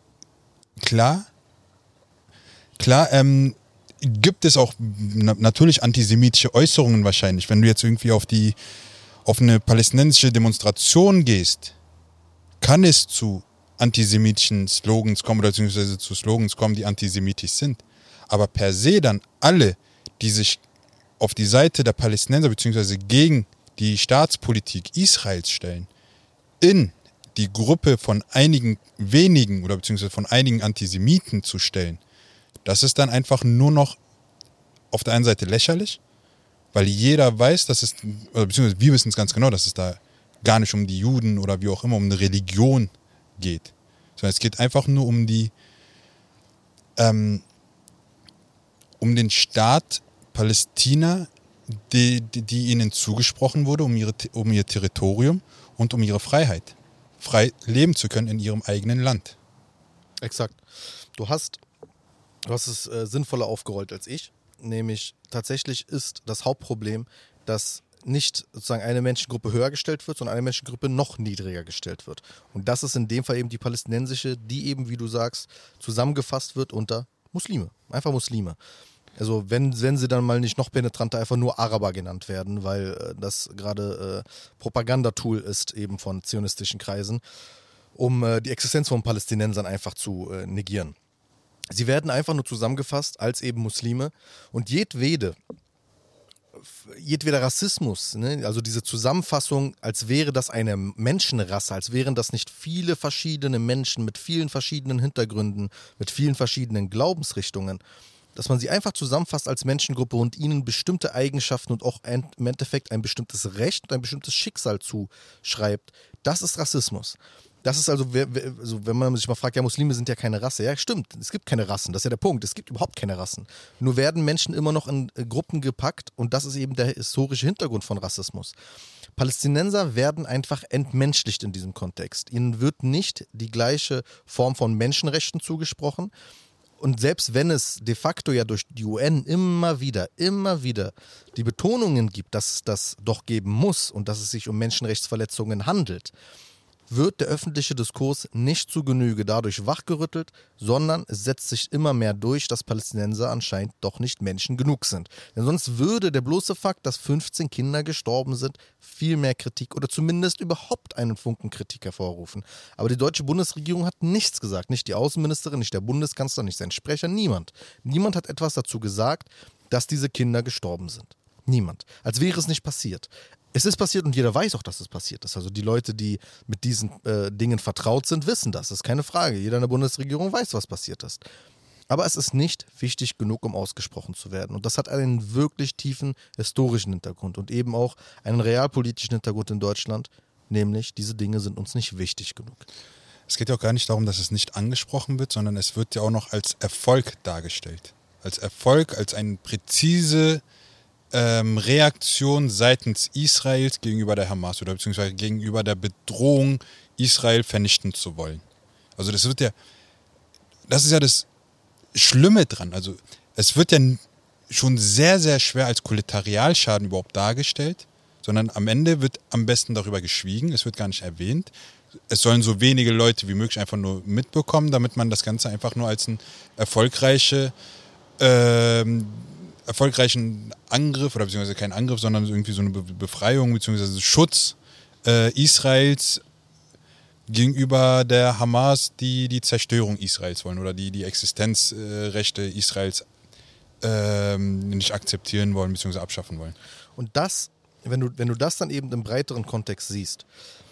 klar, klar ähm, gibt es auch na- natürlich antisemitische Äußerungen wahrscheinlich. Wenn du jetzt irgendwie auf die auf eine palästinensische Demonstration gehst, kann es zu antisemitischen Slogans kommen oder beziehungsweise zu Slogans kommen, die antisemitisch sind. Aber per se dann alle, die sich auf die Seite der Palästinenser beziehungsweise gegen die Staatspolitik Israels stellen, in die Gruppe von einigen wenigen oder beziehungsweise von einigen Antisemiten zu stellen, das ist dann einfach nur noch auf der einen Seite lächerlich, weil jeder weiß, dass es, oder beziehungsweise wir wissen es ganz genau, dass es da gar nicht um die Juden oder wie auch immer, um eine Religion geht. Sondern es geht einfach nur um die, ähm, um den Staat Palästina, die, die, die ihnen zugesprochen wurde, um, ihre, um ihr Territorium und um ihre Freiheit. Frei leben zu können in ihrem eigenen Land. Exakt. Du hast, du hast es äh, sinnvoller aufgerollt als ich. nämlich tatsächlich ist das Hauptproblem, dass nicht sozusagen eine Menschengruppe höher gestellt wird, sondern eine Menschengruppe noch niedriger gestellt wird. Und das ist in dem Fall eben die palästinensische, die eben, wie du sagst, zusammengefasst wird unter Muslime. Einfach Muslime. Also wenn, wenn sie dann mal nicht noch penetranter einfach nur Araber genannt werden, weil äh, das gerade äh, Propagandatool ist eben von zionistischen Kreisen, um äh, die Existenz von Palästinensern einfach zu äh, negieren. Sie werden einfach nur zusammengefasst als eben Muslime und jedwede jedweder Rassismus, ne? Also diese Zusammenfassung, als wäre das eine Menschenrasse, als wären das nicht viele verschiedene Menschen mit vielen verschiedenen Hintergründen, mit vielen verschiedenen Glaubensrichtungen, dass man sie einfach zusammenfasst als Menschengruppe und ihnen bestimmte Eigenschaften und auch im Endeffekt ein bestimmtes Recht und ein bestimmtes Schicksal zuschreibt, das ist Rassismus. Das ist also, also, wenn man sich mal fragt, ja, Muslime sind ja keine Rasse. Ja, stimmt, es gibt keine Rassen, das ist ja der Punkt. Es gibt überhaupt keine Rassen. Nur werden Menschen immer noch in Gruppen gepackt und das ist eben der historische Hintergrund von Rassismus. Palästinenser werden einfach entmenschlicht in diesem Kontext. Ihnen wird nicht die gleiche Form von Menschenrechten zugesprochen. Und selbst wenn es de facto ja durch die U N immer wieder, immer wieder die Betonungen gibt, dass es das doch geben muss und dass es sich um Menschenrechtsverletzungen handelt, wird der öffentliche Diskurs nicht zu Genüge dadurch wachgerüttelt, sondern es setzt sich immer mehr durch, dass Palästinenser anscheinend doch nicht Menschen genug sind. Denn sonst würde der bloße Fakt, dass fünfzehn Kinder gestorben sind, viel mehr Kritik oder zumindest überhaupt einen Funken Kritik hervorrufen. Aber die deutsche Bundesregierung hat nichts gesagt. Nicht die Außenministerin, nicht der Bundeskanzler, nicht sein Sprecher, niemand. Niemand hat etwas dazu gesagt, dass diese Kinder gestorben sind. Niemand. Als wäre es nicht passiert. Es ist passiert und jeder weiß auch, dass es passiert ist. Also die Leute, die mit diesen äh, Dingen vertraut sind, wissen das. Das ist keine Frage. Jeder in der Bundesregierung weiß, was passiert ist. Aber es ist nicht wichtig genug, um ausgesprochen zu werden. Und das hat einen wirklich tiefen historischen Hintergrund und eben auch einen realpolitischen Hintergrund in Deutschland. Nämlich, diese Dinge sind uns nicht wichtig genug. Es geht ja auch gar nicht darum, dass es nicht angesprochen wird, sondern es wird ja auch noch als Erfolg dargestellt. Als Erfolg, als eine präzise Ähm, Reaktion seitens Israels gegenüber der Hamas oder beziehungsweise gegenüber der Bedrohung, Israel vernichten zu wollen. Also das wird ja, das ist ja das Schlimme dran. Also es wird ja schon sehr, sehr schwer als Kollateralschaden überhaupt dargestellt, sondern am Ende wird am besten darüber geschwiegen, es wird gar nicht erwähnt. Es sollen so wenige Leute wie möglich einfach nur mitbekommen, damit man das Ganze einfach nur als ein erfolgreiche ähm, erfolgreichen Angriff, oder beziehungsweise kein Angriff, sondern irgendwie so eine Be- Befreiung, beziehungsweise Schutz äh, Israels gegenüber der Hamas, die die Zerstörung Israels wollen oder die die Existenzrechte äh, Israels äh, nicht akzeptieren wollen, beziehungsweise abschaffen wollen. Und das, wenn du, wenn du das dann eben im breiteren Kontext siehst,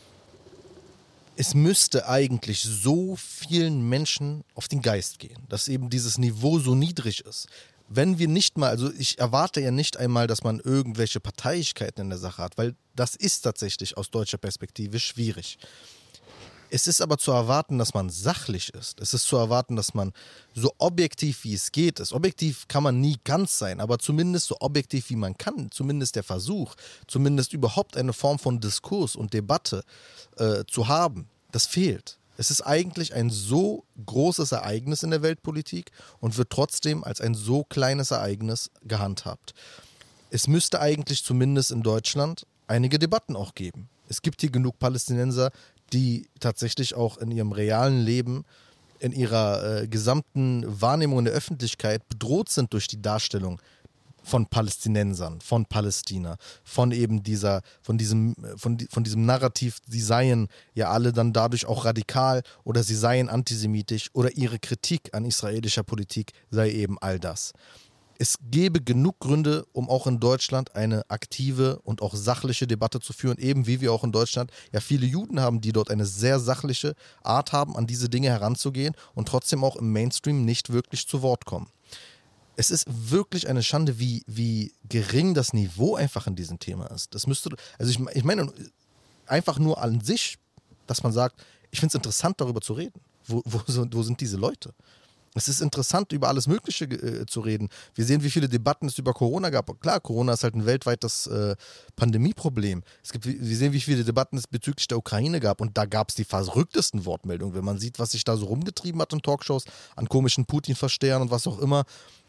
es müsste eigentlich so vielen Menschen auf den Geist gehen, dass eben dieses Niveau so niedrig ist. Wenn wir nicht mal, also ich erwarte ja nicht einmal, dass man irgendwelche Parteiigkeiten in der Sache hat, weil das ist tatsächlich aus deutscher Perspektive schwierig. Es ist aber zu erwarten, dass man sachlich ist. Es ist zu erwarten, dass man so objektiv wie es geht ist. Objektiv kann man nie ganz sein, aber zumindest so objektiv wie man kann, zumindest der Versuch, zumindest überhaupt eine Form von Diskurs und Debatte äh, zu haben, das fehlt. Es ist eigentlich ein so großes Ereignis in der Weltpolitik und wird trotzdem als ein so kleines Ereignis gehandhabt. Es müsste eigentlich zumindest in Deutschland einige Debatten auch geben. Es gibt hier genug Palästinenser, die tatsächlich auch in ihrem realen Leben, in ihrer äh, gesamten Wahrnehmung in der Öffentlichkeit bedroht sind durch die Darstellung von Palästinensern, von Palästina, von eben dieser, von diesem, von, von diesem Narrativ, sie seien ja alle dann dadurch auch radikal oder sie seien antisemitisch oder ihre Kritik an israelischer Politik sei eben all das. Es gäbe genug Gründe, um auch in Deutschland eine aktive und auch sachliche Debatte zu führen, eben wie wir auch in Deutschland ja viele Juden haben, die dort eine sehr sachliche Art haben, an diese Dinge heranzugehen und trotzdem auch im Mainstream nicht wirklich zu Wort kommen. Es ist wirklich eine Schande, wie, wie gering das Niveau einfach in diesem Thema ist. Das müsste, also ich, ich meine, einfach nur an sich, dass man sagt, ich finde es interessant, darüber zu reden. Wo, wo, wo sind diese Leute? Es ist interessant, über alles Mögliche äh, zu reden. Wir sehen, wie viele Debatten es über Corona gab. Und klar, Corona ist halt ein weltweites äh, Pandemieproblem. Es gibt, wir sehen, wie viele Debatten es bezüglich der Ukraine gab. Und da gab es die verrücktesten Wortmeldungen. Wenn man sieht, was sich da so rumgetrieben hat in Talkshows, an komischen Putin-Verstehern und was auch immer.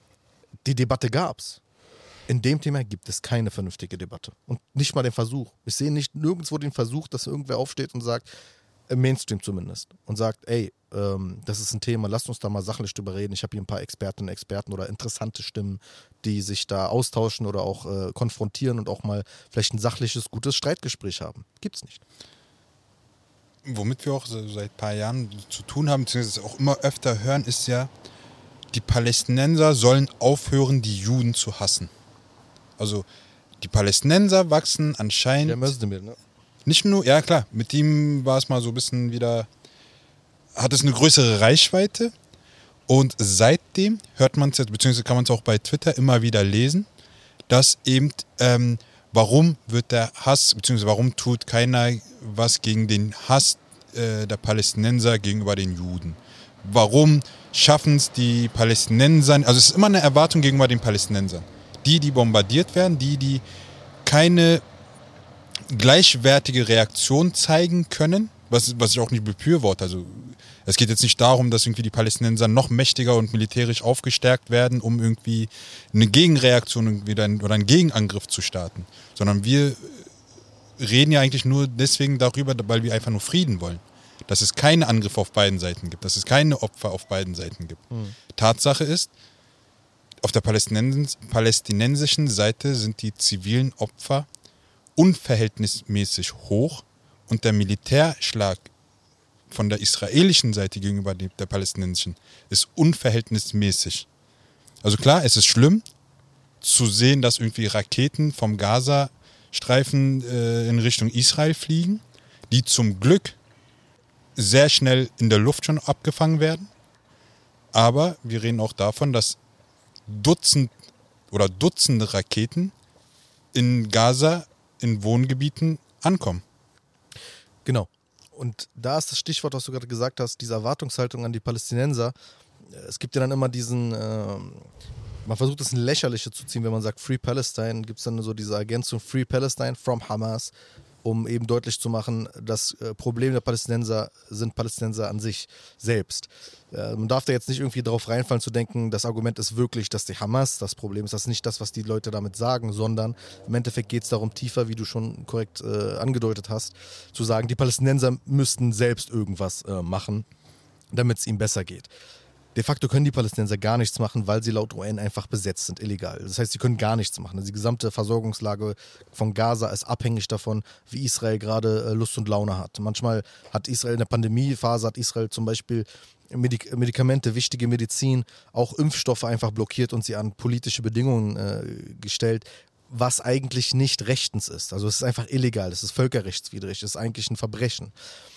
Die Debatte gab's. In dem Thema gibt es keine vernünftige Debatte. Und nicht mal den Versuch. Ich sehe nicht nirgendwo den Versuch, dass irgendwer aufsteht und sagt, im Mainstream zumindest, und sagt, ey, ähm, das ist ein Thema, lasst uns da mal sachlich drüber reden. Ich habe hier ein paar Expertinnen, Experten oder interessante Stimmen, die sich da austauschen oder auch äh, konfrontieren und auch mal vielleicht ein sachliches, gutes Streitgespräch haben. Gibt's nicht. Womit wir auch seit ein paar Jahren zu tun haben, beziehungsweise auch immer öfter hören, ist ja, die Palästinenser sollen aufhören, die Juden zu hassen. Also die Palästinenser wachsen anscheinend... Der Mözdemir, ne? Nicht nur, ja klar, mit ihm war es mal so ein bisschen wieder... Hat es eine größere Reichweite und seitdem hört man es jetzt, beziehungsweise kann man es auch bei Twitter immer wieder lesen, dass eben, ähm, warum wird der Hass, beziehungsweise warum tut keiner was gegen den Hass äh, der Palästinenser gegenüber den Juden? Warum schaffen es die Palästinenser, also es ist immer eine Erwartung gegenüber den Palästinensern. Die, die bombardiert werden, die, die keine gleichwertige Reaktion zeigen können, was, was ich auch nicht befürworte. Also es geht jetzt nicht darum, dass irgendwie die Palästinenser noch mächtiger und militärisch aufgestärkt werden, um irgendwie eine Gegenreaktion oder einen Gegenangriff zu starten, sondern wir reden ja eigentlich nur deswegen darüber, weil wir einfach nur Frieden wollen. Dass es keine Angriffe auf beiden Seiten gibt, dass es keine Opfer auf beiden Seiten gibt. Mhm. Tatsache ist, auf der palästinens- palästinensischen Seite sind die zivilen Opfer unverhältnismäßig hoch und der Militärschlag von der israelischen Seite gegenüber der palästinensischen ist unverhältnismäßig. Also klar, es ist schlimm zu sehen, dass irgendwie Raketen vom Gazastreifen äh, in Richtung Israel fliegen, die zum Glück sehr schnell in der Luft schon abgefangen werden. Aber wir reden auch davon, dass Dutzend oder Dutzende Raketen in Gaza in Wohngebieten ankommen. Genau. Und da ist das Stichwort, was du gerade gesagt hast, diese Erwartungshaltung an die Palästinenser. Es gibt ja dann immer diesen, äh, man versucht es in Lächerliche zu ziehen, wenn man sagt Free Palestine, gibt es dann so diese Ergänzung Free Palestine from Hamas, um eben deutlich zu machen, das äh, Problem der Palästinenser sind Palästinenser an sich selbst. Äh, man darf da jetzt nicht irgendwie darauf reinfallen zu denken, das Argument ist wirklich, dass die Hamas das Problem ist. Das ist nicht das, was die Leute damit sagen, sondern im Endeffekt geht es darum tiefer, wie du schon korrekt äh, angedeutet hast, zu sagen, die Palästinenser müssten selbst irgendwas äh, machen, damit es ihnen besser geht. De facto können die Palästinenser gar nichts machen, weil sie laut U N einfach besetzt sind, illegal. Das heißt, sie können gar nichts machen. Die gesamte Versorgungslage von Gaza ist abhängig davon, wie Israel gerade Lust und Laune hat. Manchmal hat Israel in der Pandemiephase, hat Israel zum Beispiel Medik- Medikamente, wichtige Medizin, auch Impfstoffe einfach blockiert und sie an politische Bedingungen äh, gestellt, was eigentlich nicht rechtens ist. Also es ist einfach illegal, es ist völkerrechtswidrig, es ist eigentlich ein Verbrechen.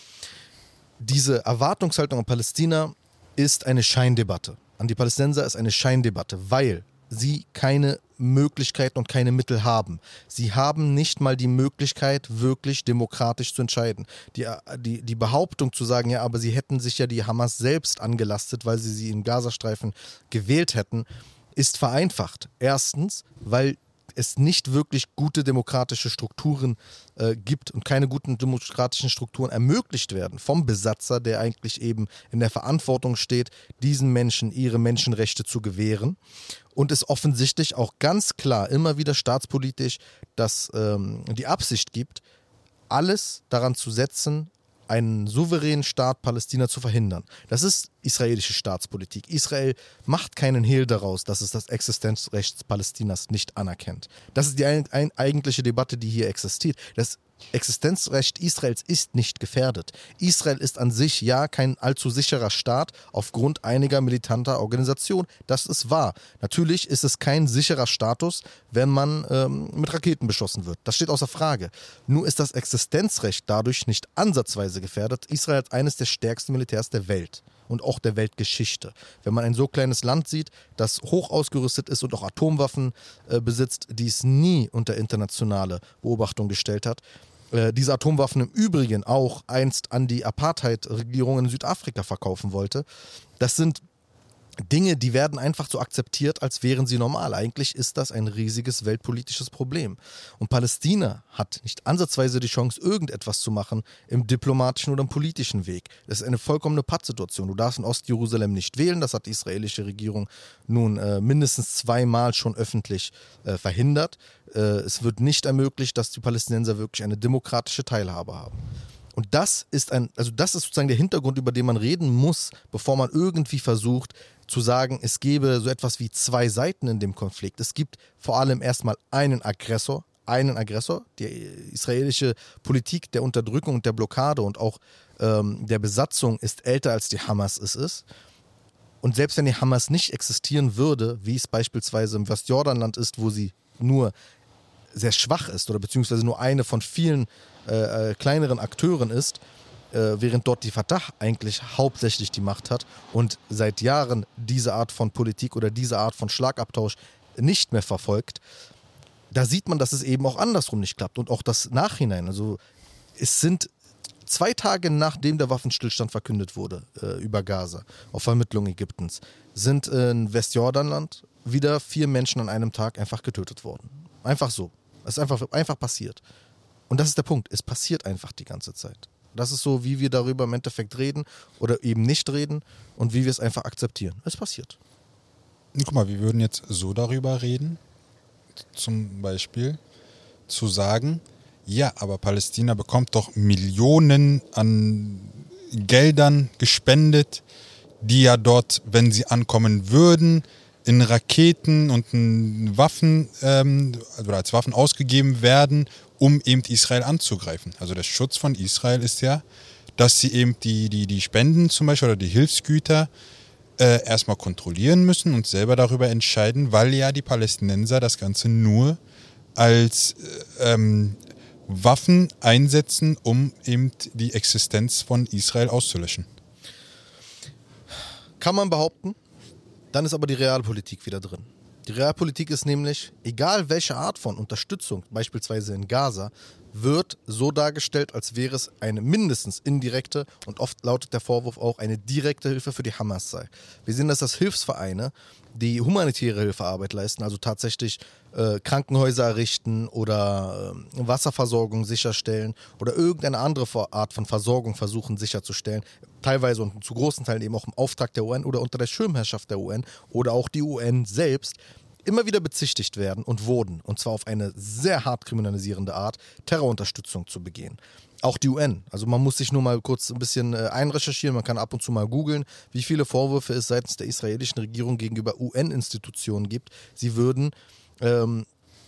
Diese Erwartungshaltung an Palästina ist eine Scheindebatte. An die Palästinenser ist eine Scheindebatte, weil sie keine Möglichkeiten und keine Mittel haben. Sie haben nicht mal die Möglichkeit, wirklich demokratisch zu entscheiden. Die, die, die Behauptung zu sagen, ja, aber sie hätten sich ja die Hamas selbst angelastet, weil sie sie im Gazastreifen gewählt hätten, ist vereinfacht. Erstens, weil es nicht wirklich gute demokratische Strukturen äh, gibt und keine guten demokratischen Strukturen ermöglicht werden vom Besatzer, der eigentlich eben in der Verantwortung steht, diesen Menschen ihre Menschenrechte zu gewähren. Und es offensichtlich auch ganz klar immer wieder staatspolitisch dass, ähm, die Absicht gibt, alles daran zu setzen, einen souveränen Staat Palästina zu verhindern. Das ist israelische Staatspolitik. Israel macht keinen Hehl daraus, dass es das Existenzrecht Palästinas nicht anerkennt. Das ist die ein, ein, eigentliche Debatte, die hier existiert. Das Existenzrecht Israels ist nicht gefährdet. Israel ist an sich ja kein allzu sicherer Staat aufgrund einiger militanter Organisationen. Das ist wahr. Natürlich ist es kein sicherer Status, wenn man ähm, mit Raketen beschossen wird. Das steht außer Frage. Nur ist das Existenzrecht dadurch nicht ansatzweise gefährdet. Israel hat eines der stärksten Militärs der Welt und auch der Weltgeschichte. Wenn man ein so kleines Land sieht, das hoch ausgerüstet ist und auch Atomwaffen äh, besitzt, die es nie unter internationale Beobachtung gestellt hat, diese Atomwaffen im Übrigen auch einst an die Apartheid-Regierung in Südafrika verkaufen wollte. Das sind Dinge, die werden einfach so akzeptiert, als wären sie normal. Eigentlich ist das ein riesiges weltpolitisches Problem. Und Palästina hat nicht ansatzweise die Chance, irgendetwas zu machen im diplomatischen oder im politischen Weg. Das ist eine vollkommene Pattsituation. Du darfst in Ostjerusalem nicht wählen. Das hat die israelische Regierung nun äh, mindestens zweimal schon öffentlich äh, verhindert. Äh, es wird nicht ermöglicht, dass die Palästinenser wirklich eine demokratische Teilhabe haben. Und das ist ein, also das ist sozusagen der Hintergrund, über den man reden muss, bevor man irgendwie versucht zu sagen, es gäbe so etwas wie zwei Seiten in dem Konflikt. Es gibt vor allem erstmal einen Aggressor, einen Aggressor. Die israelische Politik der Unterdrückung und der Blockade und auch ähm, der Besatzung ist älter als die Hamas es ist. Und selbst wenn die Hamas nicht existieren würde, wie es beispielsweise im Westjordanland ist, wo sie nur sehr schwach ist oder beziehungsweise nur eine von vielen äh, äh, kleineren Akteuren ist, äh, während dort die Fatah eigentlich hauptsächlich die Macht hat und seit Jahren diese Art von Politik oder diese Art von Schlagabtausch nicht mehr verfolgt, da sieht man, dass es eben auch andersrum nicht klappt und auch das Nachhinein. Also es sind zwei Tage nachdem der Waffenstillstand verkündet wurde äh, über Gaza, auf Vermittlung Ägyptens, sind in Westjordanland wieder vier Menschen an einem Tag einfach getötet worden. Einfach so. Es ist einfach, einfach passiert. Und das ist der Punkt. Es passiert einfach die ganze Zeit. Das ist so, wie wir darüber im Endeffekt reden oder eben nicht reden und wie wir es einfach akzeptieren. Es passiert. Guck mal, wir würden jetzt so darüber reden, zum Beispiel zu sagen, ja, aber Palästina bekommt doch Millionen an Geldern gespendet, die ja dort, wenn sie ankommen würden, in Raketen und in Waffen ähm, oder als Waffen ausgegeben werden, um eben Israel anzugreifen. Also der Schutz von Israel ist ja, dass sie eben die, die, die Spenden zum Beispiel oder die Hilfsgüter äh, erstmal kontrollieren müssen und selber darüber entscheiden, weil ja die Palästinenser das Ganze nur als äh, ähm, Waffen einsetzen, um eben die Existenz von Israel auszulöschen. Kann man behaupten. Dann ist aber die Realpolitik wieder drin. Die Realpolitik ist nämlich, egal welche Art von Unterstützung, beispielsweise in Gaza, wird so dargestellt, als wäre es eine mindestens indirekte und oft lautet der Vorwurf auch eine direkte Hilfe für die Hamas sei. Wir sehen, dass das Hilfsvereine, die humanitäre Hilfearbeit leisten, also tatsächlich äh, Krankenhäuser errichten oder äh, Wasserversorgung sicherstellen oder irgendeine andere Art von Versorgung versuchen sicherzustellen, teilweise und zu großen Teilen eben auch im Auftrag der U N oder unter der Schirmherrschaft der U N oder auch die U N selbst, immer wieder bezichtigt werden und wurden, und zwar auf eine sehr hart kriminalisierende Art, Terrorunterstützung zu begehen. Auch die U N. Also man muss sich nur mal kurz ein bisschen äh, einrecherchieren, man kann ab und zu mal googeln, wie viele Vorwürfe es seitens der israelischen Regierung gegenüber U N-Institutionen gibt. Sie würden ähm,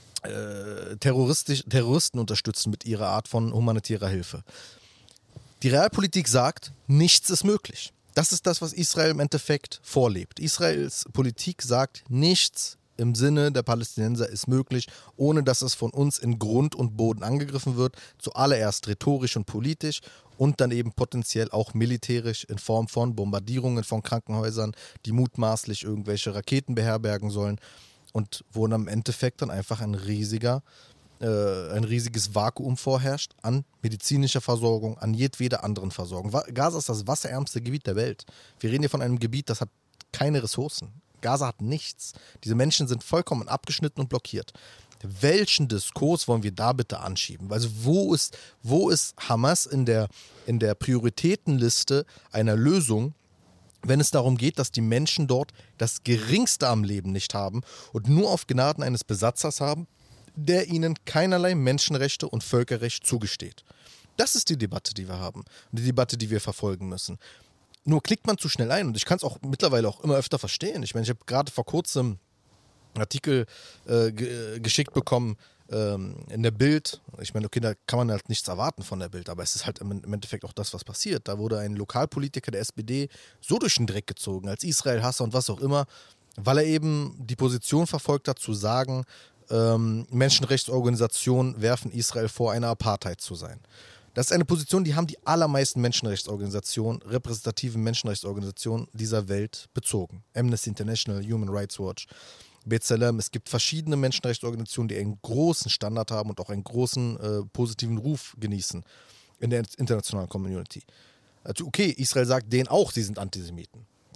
äh, terroristisch, Terroristen unterstützen mit ihrer Art von humanitärer Hilfe. Die Realpolitik sagt, nichts ist möglich. Das ist das, was Israel im Endeffekt vorlebt. Israels Politik sagt, nichts im Sinne der Palästinenser ist möglich, ohne dass es von uns in Grund und Boden angegriffen wird, zuallererst rhetorisch und politisch und dann eben potenziell auch militärisch in Form von Bombardierungen von Krankenhäusern, die mutmaßlich irgendwelche Raketen beherbergen sollen und wo dann im Endeffekt dann einfach ein riesiger, äh, ein riesiges Vakuum vorherrscht an medizinischer Versorgung, an jedweder anderen Versorgung. Gaza ist das wasserärmste Gebiet der Welt. Wir reden hier von einem Gebiet, das hat keine Ressourcen. Gaza hat nichts. Diese Menschen sind vollkommen abgeschnitten und blockiert. Welchen Diskurs wollen wir da bitte anschieben? Also wo ist, wo ist Hamas in der, in der Prioritätenliste einer Lösung, wenn es darum geht, dass die Menschen dort das Geringste am Leben nicht haben und nur auf Gnaden eines Besatzers haben, der ihnen keinerlei Menschenrechte und Völkerrecht zugesteht? Das ist die Debatte, die wir haben. Und die Debatte, die wir verfolgen müssen. Nur klickt man zu schnell ein und ich kann es auch mittlerweile auch immer öfter verstehen. Ich meine, ich habe gerade vor kurzem einen Artikel äh, ge- geschickt bekommen ähm, in der Bild. Ich meine, okay, da kann man halt nichts erwarten von der Bild, aber es ist halt im, im Endeffekt auch das, was passiert. Da wurde ein Lokalpolitiker der S P D so durch den Dreck gezogen, als Israel-Hasser und was auch immer, weil er eben die Position verfolgt hat, zu sagen, ähm, Menschenrechtsorganisationen werfen Israel vor, eine Apartheid zu sein. Das ist eine Position, die haben die allermeisten Menschenrechtsorganisationen, repräsentativen Menschenrechtsorganisationen dieser Welt bezogen. Amnesty International, Human Rights Watch, B'Tselem. Es gibt verschiedene Menschenrechtsorganisationen, die einen großen Standard haben und auch einen großen äh, positiven Ruf genießen in der internationalen Community. Also okay, Israel sagt denen auch, sie sind Antisemiten.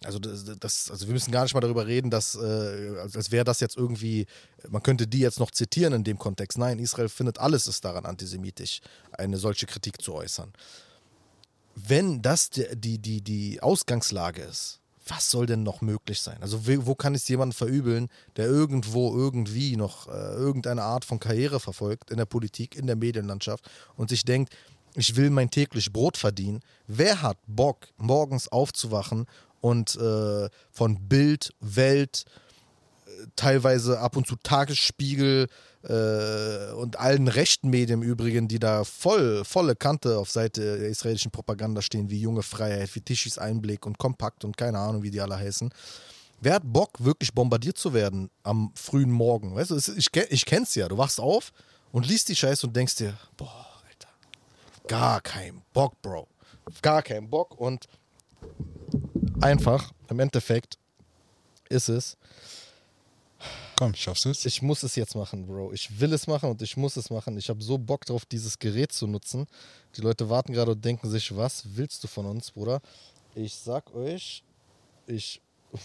Also, das, das, also wir müssen gar nicht mal darüber reden, dass, äh, als, als wäre das jetzt irgendwie, man könnte die jetzt noch zitieren in dem Kontext. Nein, Israel findet, alles ist daran antisemitisch, eine solche Kritik zu äußern. Wenn das die, die, die, die Ausgangslage ist, was soll denn noch möglich sein? Also wo kann ich es jemandem verübeln, der irgendwo irgendwie noch äh, irgendeine Art von Karriere verfolgt in der Politik, in der Medienlandschaft und sich denkt, ich will mein täglich Brot verdienen. Wer hat Bock, morgens aufzuwachen und äh, von Bild, Welt, äh, teilweise ab und zu Tagesspiegel äh, und allen rechten Medien im Übrigen, die da voll, volle Kante auf Seite der israelischen Propaganda stehen, wie Junge Freiheit, wie Tischis Einblick und Kompakt und keine Ahnung, wie die alle heißen. Wer hat Bock, wirklich bombardiert zu werden am frühen Morgen? Weißt du, es, ich, ich kenn's ja. Du wachst auf und liest die Scheiße und denkst dir, boah, Alter, gar kein Bock, Bro. Gar kein Bock und einfach, im Endeffekt ist es, komm, schaffst du es? ich muss es jetzt machen, Bro. Ich will es machen und ich muss es machen. Ich habe so Bock drauf, dieses Gerät zu nutzen. Die Leute warten gerade und denken sich, was willst du von uns, Bruder? Ich sag euch, ich...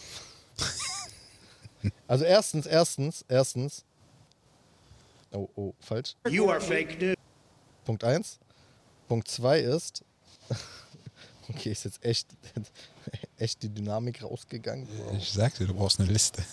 Also erstens, erstens, erstens... Oh, oh, falsch. You are fake news. Punkt eins. Punkt zwei ist... Okay, ist jetzt echt, echt die Dynamik rausgegangen. Bro. Ich sagte, du brauchst eine Liste.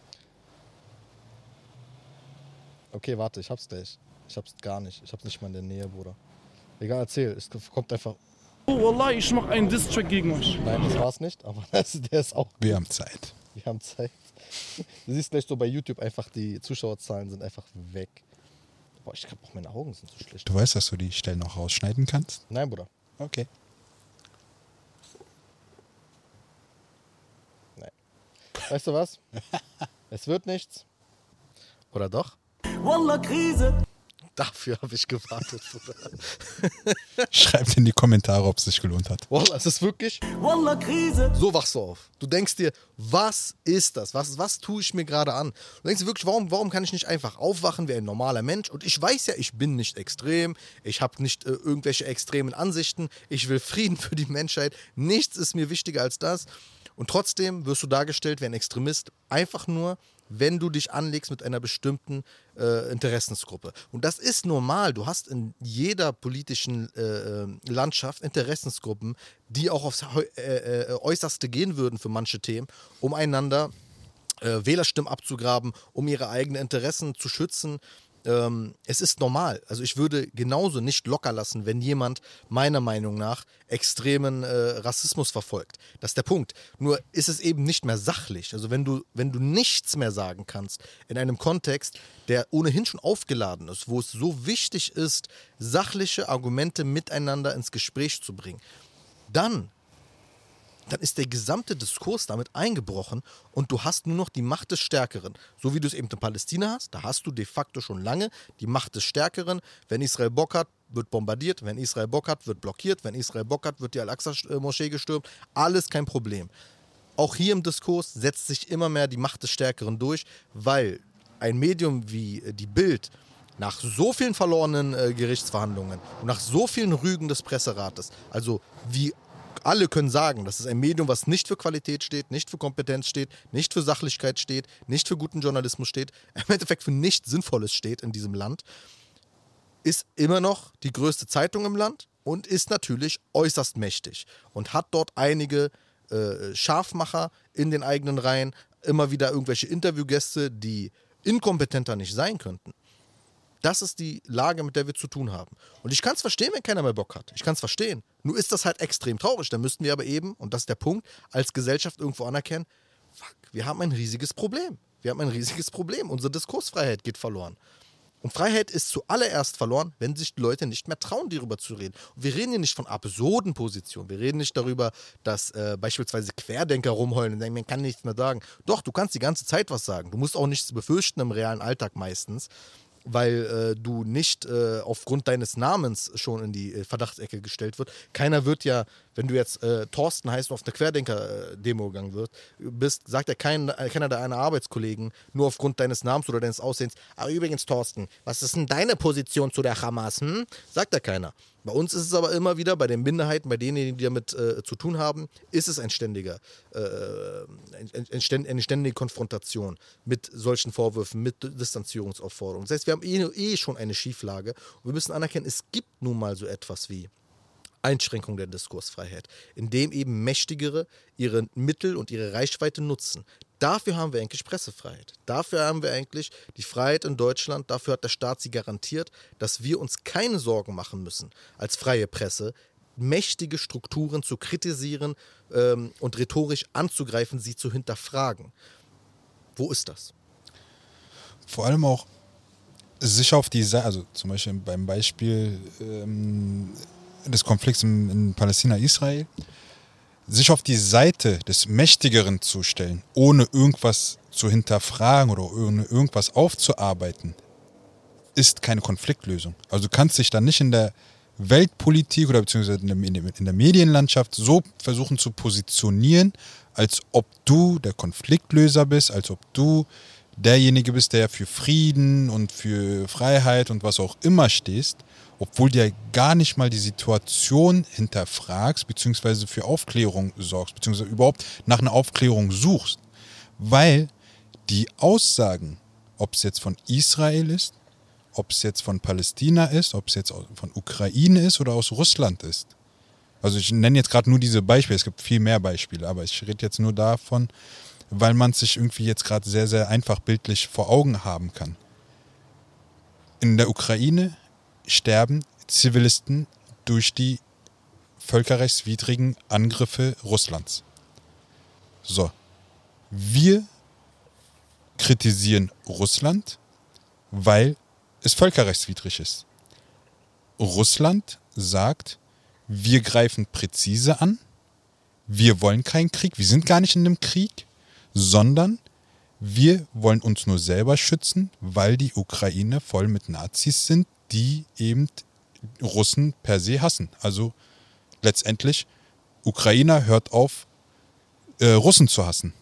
Okay, warte, ich hab's gleich. Ich hab's gar nicht. Ich hab's nicht mal in der Nähe, Bruder. Egal, erzähl. Es kommt einfach... Oh, Wallah, ich mach einen Distrack gegen euch. Nein, das war's nicht, aber das, der ist auch... Wir haben Zeit. Wir haben Zeit. Du siehst gleich so bei YouTube einfach, die Zuschauerzahlen sind einfach weg. Boah, ich glaube auch meine Augen sind so schlecht. Du weißt, dass du die Stellen auch rausschneiden kannst? Nein, Bruder. Okay. Nein. Weißt du was? Es wird nichts. Oder doch? Wallah, Krise. Dafür habe ich gewartet, Bruder. Schreibt in die Kommentare, ob es sich gelohnt hat. Wallah, es ist wirklich... Wallah, Krise. So wachst du auf. Du denkst dir, was ist das? Was, was tue ich mir gerade an? Du denkst dir wirklich, warum, warum kann ich nicht einfach aufwachen wie ein normaler Mensch? Und ich weiß ja, ich bin nicht extrem. Ich habe nicht äh, irgendwelche extremen Ansichten. Ich will Frieden für die Menschheit. Nichts ist mir wichtiger als das. Und trotzdem wirst du dargestellt wie ein Extremist. Einfach nur, wenn du dich anlegst mit einer bestimmten äh, Interessensgruppe. Und das ist normal. Du hast in jeder politischen äh, Landschaft Interessensgruppen, die auch aufs äh, äh, Äußerste gehen würden für manche Themen, um einander äh, Wählerstimmen abzugraben, um ihre eigenen Interessen zu schützen. Ähm, es ist normal. Also ich würde genauso nicht locker lassen, wenn jemand meiner Meinung nach extremen äh, Rassismus verfolgt. Das ist der Punkt. Nur ist es eben nicht mehr sachlich. Also wenn du, wenn du nichts mehr sagen kannst in einem Kontext, der ohnehin schon aufgeladen ist, wo es so wichtig ist, sachliche Argumente miteinander ins Gespräch zu bringen, dann dann ist der gesamte Diskurs damit eingebrochen und du hast nur noch die Macht des Stärkeren. So wie du es eben in Palästina hast, da hast du de facto schon lange die Macht des Stärkeren. Wenn Israel Bock hat, wird bombardiert. Wenn Israel Bock hat, wird blockiert. Wenn Israel Bock hat, wird die Al-Aqsa-Moschee gestürmt. Alles kein Problem. Auch hier im Diskurs setzt sich immer mehr die Macht des Stärkeren durch, weil ein Medium wie die Bild nach so vielen verlorenen äh, Gerichtsverhandlungen und nach so vielen Rügen des Presserates, also wie alle können sagen, das ist ein Medium, was nicht für Qualität steht, nicht für Kompetenz steht, nicht für Sachlichkeit steht, nicht für guten Journalismus steht, im Endeffekt für nichts Sinnvolles steht in diesem Land, ist immer noch die größte Zeitung im Land und ist natürlich äußerst mächtig und hat dort einige äh, Scharfmacher in den eigenen Reihen, immer wieder irgendwelche Interviewgäste, die inkompetenter nicht sein könnten. Das ist die Lage, mit der wir zu tun haben. Und ich kann es verstehen, wenn keiner mehr Bock hat. Ich kann es verstehen. Nur ist das halt extrem traurig. Da müssten wir aber eben, und das ist der Punkt, als Gesellschaft irgendwo anerkennen, fuck, wir haben ein riesiges Problem. Wir haben ein riesiges Problem. Unsere Diskursfreiheit geht verloren. Und Freiheit ist zuallererst verloren, wenn sich die Leute nicht mehr trauen, darüber zu reden. Und wir reden hier nicht von absurden Positionen. Wir reden nicht darüber, dass äh, beispielsweise Querdenker rumheulen und sagen, man kann nichts mehr sagen. Doch, du kannst die ganze Zeit was sagen. Du musst auch nichts befürchten im realen Alltag meistens, weil äh, du nicht äh, aufgrund deines Namens schon in die äh, Verdachtsecke gestellt wird. Keiner wird ja Wenn du jetzt äh, Thorsten heißt und auf eine Querdenker-Demo gegangen wird, bist, sagt ja kein, äh, keiner deiner Arbeitskollegen nur aufgrund deines Namens oder deines Aussehens, aber übrigens Thorsten, was ist denn deine Position zu der Hamas? Hm? Sagt ja keiner. Bei uns ist es aber immer wieder, bei den Minderheiten, bei denen, die damit äh, zu tun haben, ist es ein ständiger, äh, ein, ein ständ, eine ständige Konfrontation mit solchen Vorwürfen, mit Distanzierungsaufforderungen. Das heißt, wir haben eh, eh schon eine Schieflage und wir müssen anerkennen, es gibt nun mal so etwas wie Einschränkung der Diskursfreiheit, indem eben Mächtigere ihre Mittel und ihre Reichweite nutzen. Dafür haben wir eigentlich Pressefreiheit. Dafür haben wir eigentlich die Freiheit in Deutschland. Dafür hat der Staat sie garantiert, dass wir uns keine Sorgen machen müssen, als freie Presse, mächtige Strukturen zu kritisieren ähm, und rhetorisch anzugreifen, sie zu hinterfragen. Wo ist das? Vor allem auch sich auf die Seite, also zum Beispiel beim Beispiel ähm, des Konflikts in, in Palästina-Israel, sich auf die Seite des Mächtigeren zu stellen, ohne irgendwas zu hinterfragen oder ohne irgendwas aufzuarbeiten, ist keine Konfliktlösung. Also du kannst dich dann nicht in der Weltpolitik oder beziehungsweise in der, in der Medienlandschaft so versuchen zu positionieren, als ob du der Konfliktlöser bist, als ob du derjenige bist, der für Frieden und für Freiheit und was auch immer stehst, obwohl du ja gar nicht mal die Situation hinterfragst, beziehungsweise für Aufklärung sorgst, beziehungsweise überhaupt nach einer Aufklärung suchst. Weil die Aussagen, ob es jetzt von Israel ist, ob es jetzt von Palästina ist, ob es jetzt von Ukraine ist oder aus Russland ist. Also ich nenne jetzt gerade nur diese Beispiele, es gibt viel mehr Beispiele, aber ich rede jetzt nur davon, weil man es sich irgendwie jetzt gerade sehr, sehr einfach bildlich vor Augen haben kann. In der Ukraine sterben Zivilisten durch die völkerrechtswidrigen Angriffe Russlands. So, wir kritisieren Russland, weil es völkerrechtswidrig ist. Russland sagt, wir greifen präzise an, wir wollen keinen Krieg, wir sind gar nicht in einem Krieg, sondern wir wollen uns nur selber schützen, weil die Ukraine voll mit Nazis sind, die eben Russen per se hassen. Also letztendlich, Ukrainer hört auf, äh, Russen zu hassen.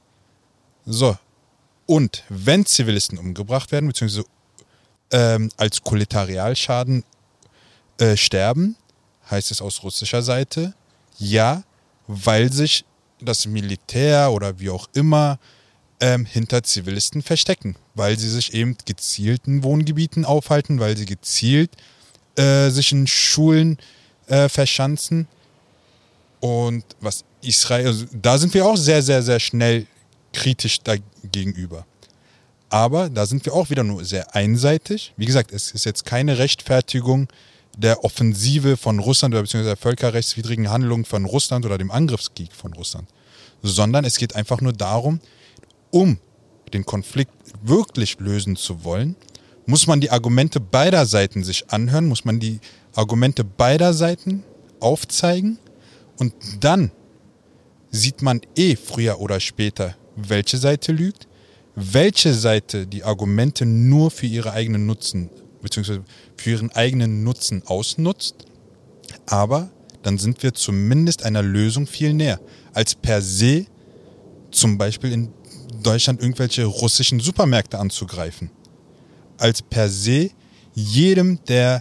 So, und wenn Zivilisten umgebracht werden, beziehungsweise ähm, als Kollateralschaden äh, sterben, heißt es aus russischer Seite, ja, weil sich das Militär oder wie auch immer ähm, hinter Zivilisten verstecken, weil sie sich eben gezielt in Wohngebieten aufhalten, weil sie gezielt äh, sich in Schulen äh, verschanzen. Und was Israel, also da sind wir auch sehr, sehr, sehr schnell kritisch dagegenüber. Aber da sind wir auch wieder nur sehr einseitig. Wie gesagt, es ist jetzt keine Rechtfertigung der Offensive von Russland oder beziehungsweise der völkerrechtswidrigen Handlung von Russland oder dem Angriffskrieg von Russland, sondern es geht einfach nur darum, um den Konflikt wirklich lösen zu wollen, muss man die Argumente beider Seiten sich anhören, muss man die Argumente beider Seiten aufzeigen und dann sieht man eh früher oder später, welche Seite lügt, welche Seite die Argumente nur für ihre eigenen Nutzen beziehungsweise für ihren eigenen Nutzen ausnutzt, aber dann sind wir zumindest einer Lösung viel näher, als per se zum Beispiel in Deutschland irgendwelche russischen Supermärkte anzugreifen. Als per se jedem, der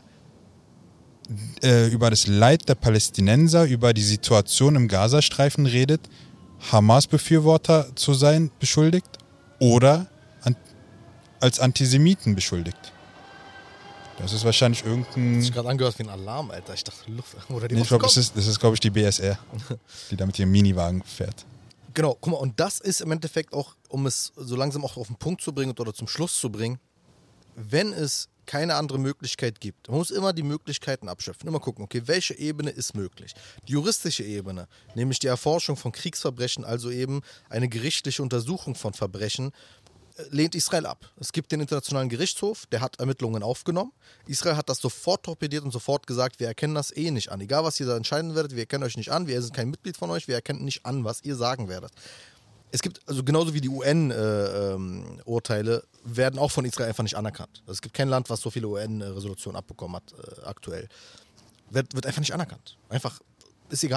äh, über das Leid der Palästinenser, über die Situation im Gazastreifen redet, Hamas-Befürworter zu sein beschuldigt oder an, als Antisemiten beschuldigt. Das ist wahrscheinlich irgendein... Das ist gerade angehört wie ein Alarm, Alter. Ich dachte, Luft... Oder die nee, ich glaube, das ist, das ist, glaube ich, die B S R, die da mit ihrem Miniwagen fährt. Genau, guck mal, und das ist im Endeffekt auch, um es so langsam auch auf den Punkt zu bringen oder zum Schluss zu bringen, wenn es keine andere Möglichkeit gibt, man muss immer die Möglichkeiten abschöpfen, immer gucken, okay, welche Ebene ist möglich? Die juristische Ebene, nämlich die Erforschung von Kriegsverbrechen, also eben eine gerichtliche Untersuchung von Verbrechen, lehnt Israel ab. Es gibt den Internationalen Gerichtshof, der hat Ermittlungen aufgenommen. Israel hat das sofort torpediert und sofort gesagt, wir erkennen das eh nicht an. Egal, was ihr da entscheiden werdet, wir erkennen euch nicht an, wir sind kein Mitglied von euch, wir erkennen nicht an, was ihr sagen werdet. Es gibt, also genauso wie die U N-Urteile, äh, werden auch von Israel einfach nicht anerkannt. Also es gibt kein Land, was so viele U N-Resolutionen abbekommen hat, äh, aktuell. Wird, wird einfach nicht anerkannt. Einfach, ist egal.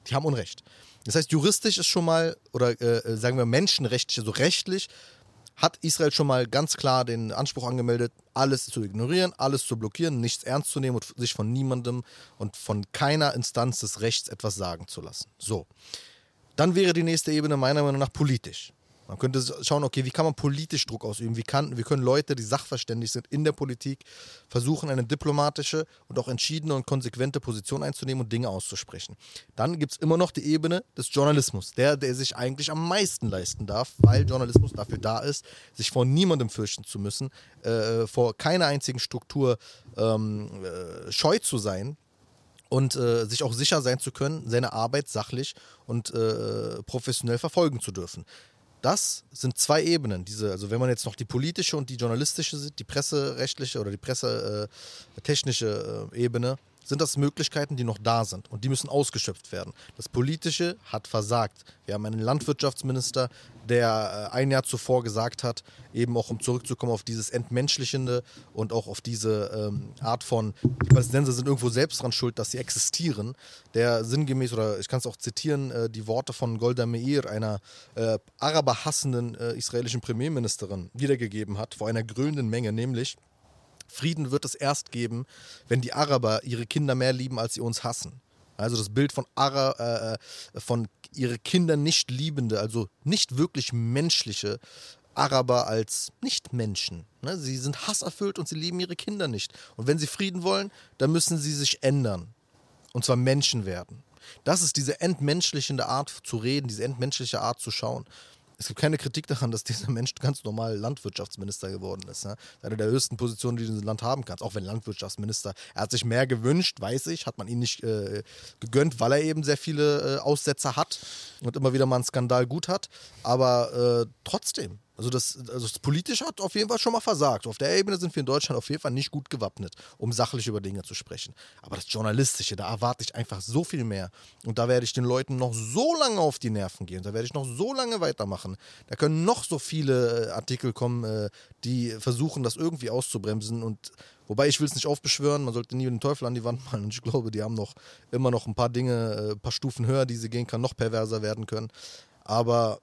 Die haben Unrecht. Das heißt, juristisch ist schon mal, oder äh, sagen wir menschenrechtlich, also rechtlich, hat Israel schon mal ganz klar den Anspruch angemeldet, alles zu ignorieren, alles zu blockieren, nichts ernst zu nehmen und sich von niemandem und von keiner Instanz des Rechts etwas sagen zu lassen. So. Dann wäre die nächste Ebene meiner Meinung nach politisch. Man könnte schauen, okay, wie kann man politisch Druck ausüben? Wie, kann, wie können Leute, die sachverständig sind in der Politik, versuchen, eine diplomatische und auch entschiedene und konsequente Position einzunehmen und Dinge auszusprechen? Dann gibt es immer noch die Ebene des Journalismus, der, der sich eigentlich am meisten leisten darf, weil Journalismus dafür da ist, sich vor niemandem fürchten zu müssen, äh, vor keiner einzigen Struktur ähm, äh, scheu zu sein, und äh, sich auch sicher sein zu können, seine Arbeit sachlich und äh, professionell verfolgen zu dürfen. Das sind zwei Ebenen. Diese, also wenn man jetzt noch die politische und die journalistische sieht, die presserechtliche oder die pressetechnische äh, Ebene, sind das Möglichkeiten, die noch da sind und die müssen ausgeschöpft werden. Das Politische hat versagt. Wir haben einen Landwirtschaftsminister, der äh, ein Jahr zuvor gesagt hat, eben auch um zurückzukommen auf dieses Entmenschlichende und auch auf diese ähm, Art von, die Palästinenser sind irgendwo selbst dran schuld, dass sie existieren, der sinngemäß, oder ich kann es auch zitieren, äh, die Worte von Golda Meir, einer äh, araberhassenden äh, israelischen Premierministerin, wiedergegeben hat, vor einer grölenden Menge, nämlich: Frieden wird es erst geben, wenn die Araber ihre Kinder mehr lieben, als sie uns hassen. Also das Bild von, Ara, äh, von ihre Kinder nicht liebende, also nicht wirklich menschliche Araber als Nicht-Menschen. Ne? Sie sind hasserfüllt und sie lieben ihre Kinder nicht. Und wenn sie Frieden wollen, dann müssen sie sich ändern. Und zwar Menschen werden. Das ist diese entmenschlichende Art zu reden, diese entmenschliche Art zu schauen. Es gibt keine Kritik daran, dass dieser Mensch ganz normal Landwirtschaftsminister geworden ist. Ne? Eine der höchsten Positionen, die du in diesem Land haben kannst. Auch wenn Landwirtschaftsminister, er hat sich mehr gewünscht, weiß ich, hat man ihn nicht äh, gegönnt, weil er eben sehr viele äh, Aussetzer hat und immer wieder mal einen Skandal gut hat. Aber äh, trotzdem, also das, also das Politische hat auf jeden Fall schon mal versagt. Auf der Ebene sind wir in Deutschland auf jeden Fall nicht gut gewappnet, um sachlich über Dinge zu sprechen. Aber das Journalistische, da erwarte ich einfach so viel mehr. Und da werde ich den Leuten noch so lange auf die Nerven gehen. Da werde ich noch so lange weitermachen. Da können noch so viele äh, Artikel kommen, äh, die versuchen, das irgendwie auszubremsen. Und wobei, ich will es nicht aufbeschwören, man sollte nie den Teufel an die Wand malen. Und ich glaube, die haben noch immer noch ein paar Dinge, äh, ein paar Stufen höher, die sie gehen können, noch perverser werden können. Aber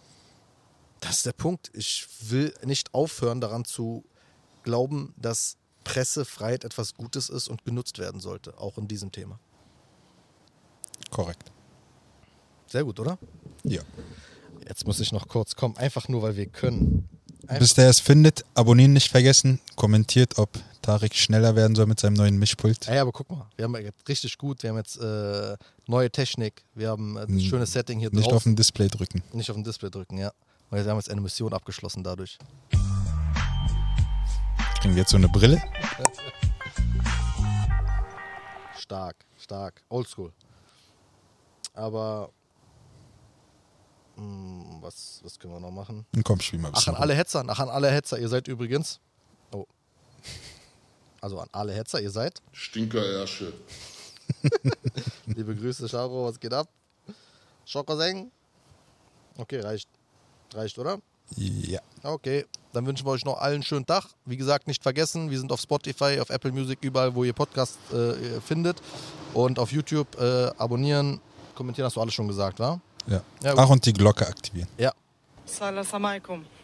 das ist der Punkt. Ich will nicht aufhören, daran zu glauben, dass Pressefreiheit etwas Gutes ist und genutzt werden sollte, auch in diesem Thema. Korrekt. Sehr gut, oder? Ja. Jetzt muss ich noch kurz kommen, einfach nur, weil wir können. Einfach. Bis der es findet, abonnieren nicht vergessen, kommentiert, ob Tarek schneller werden soll mit seinem neuen Mischpult. Ja, aber guck mal, wir haben jetzt richtig gut, wir haben jetzt äh, neue Technik, wir haben ein schönes Setting hier Nicht drauf. auf dem Display drücken. Nicht auf dem Display drücken, ja. Und wir haben jetzt eine Mission abgeschlossen dadurch. Kriegen wir jetzt so eine Brille? Stark, stark, oldschool. Aber mh, was, was können wir noch machen? Und komm, spiel mal ein Ach, bisschen an alle Hetzer, ach, an alle Hetzer, ihr seid übrigens. Oh. Also an alle Hetzer, ihr seid. Stinkerärsche. Liebe Grüße, Charo, was geht ab? Schokoseng? Okay, reicht. Reicht, oder? Ja. Okay, dann wünschen wir euch noch allen einen schönen Tag. Wie gesagt, nicht vergessen, wir sind auf Spotify, auf Apple Music, überall, wo ihr Podcast äh, findet. Und auf YouTube äh, abonnieren, kommentieren, hast du alles schon gesagt, wa? Ja. Ja, Ach, und die Glocke aktivieren. Ja. Salam alaikum.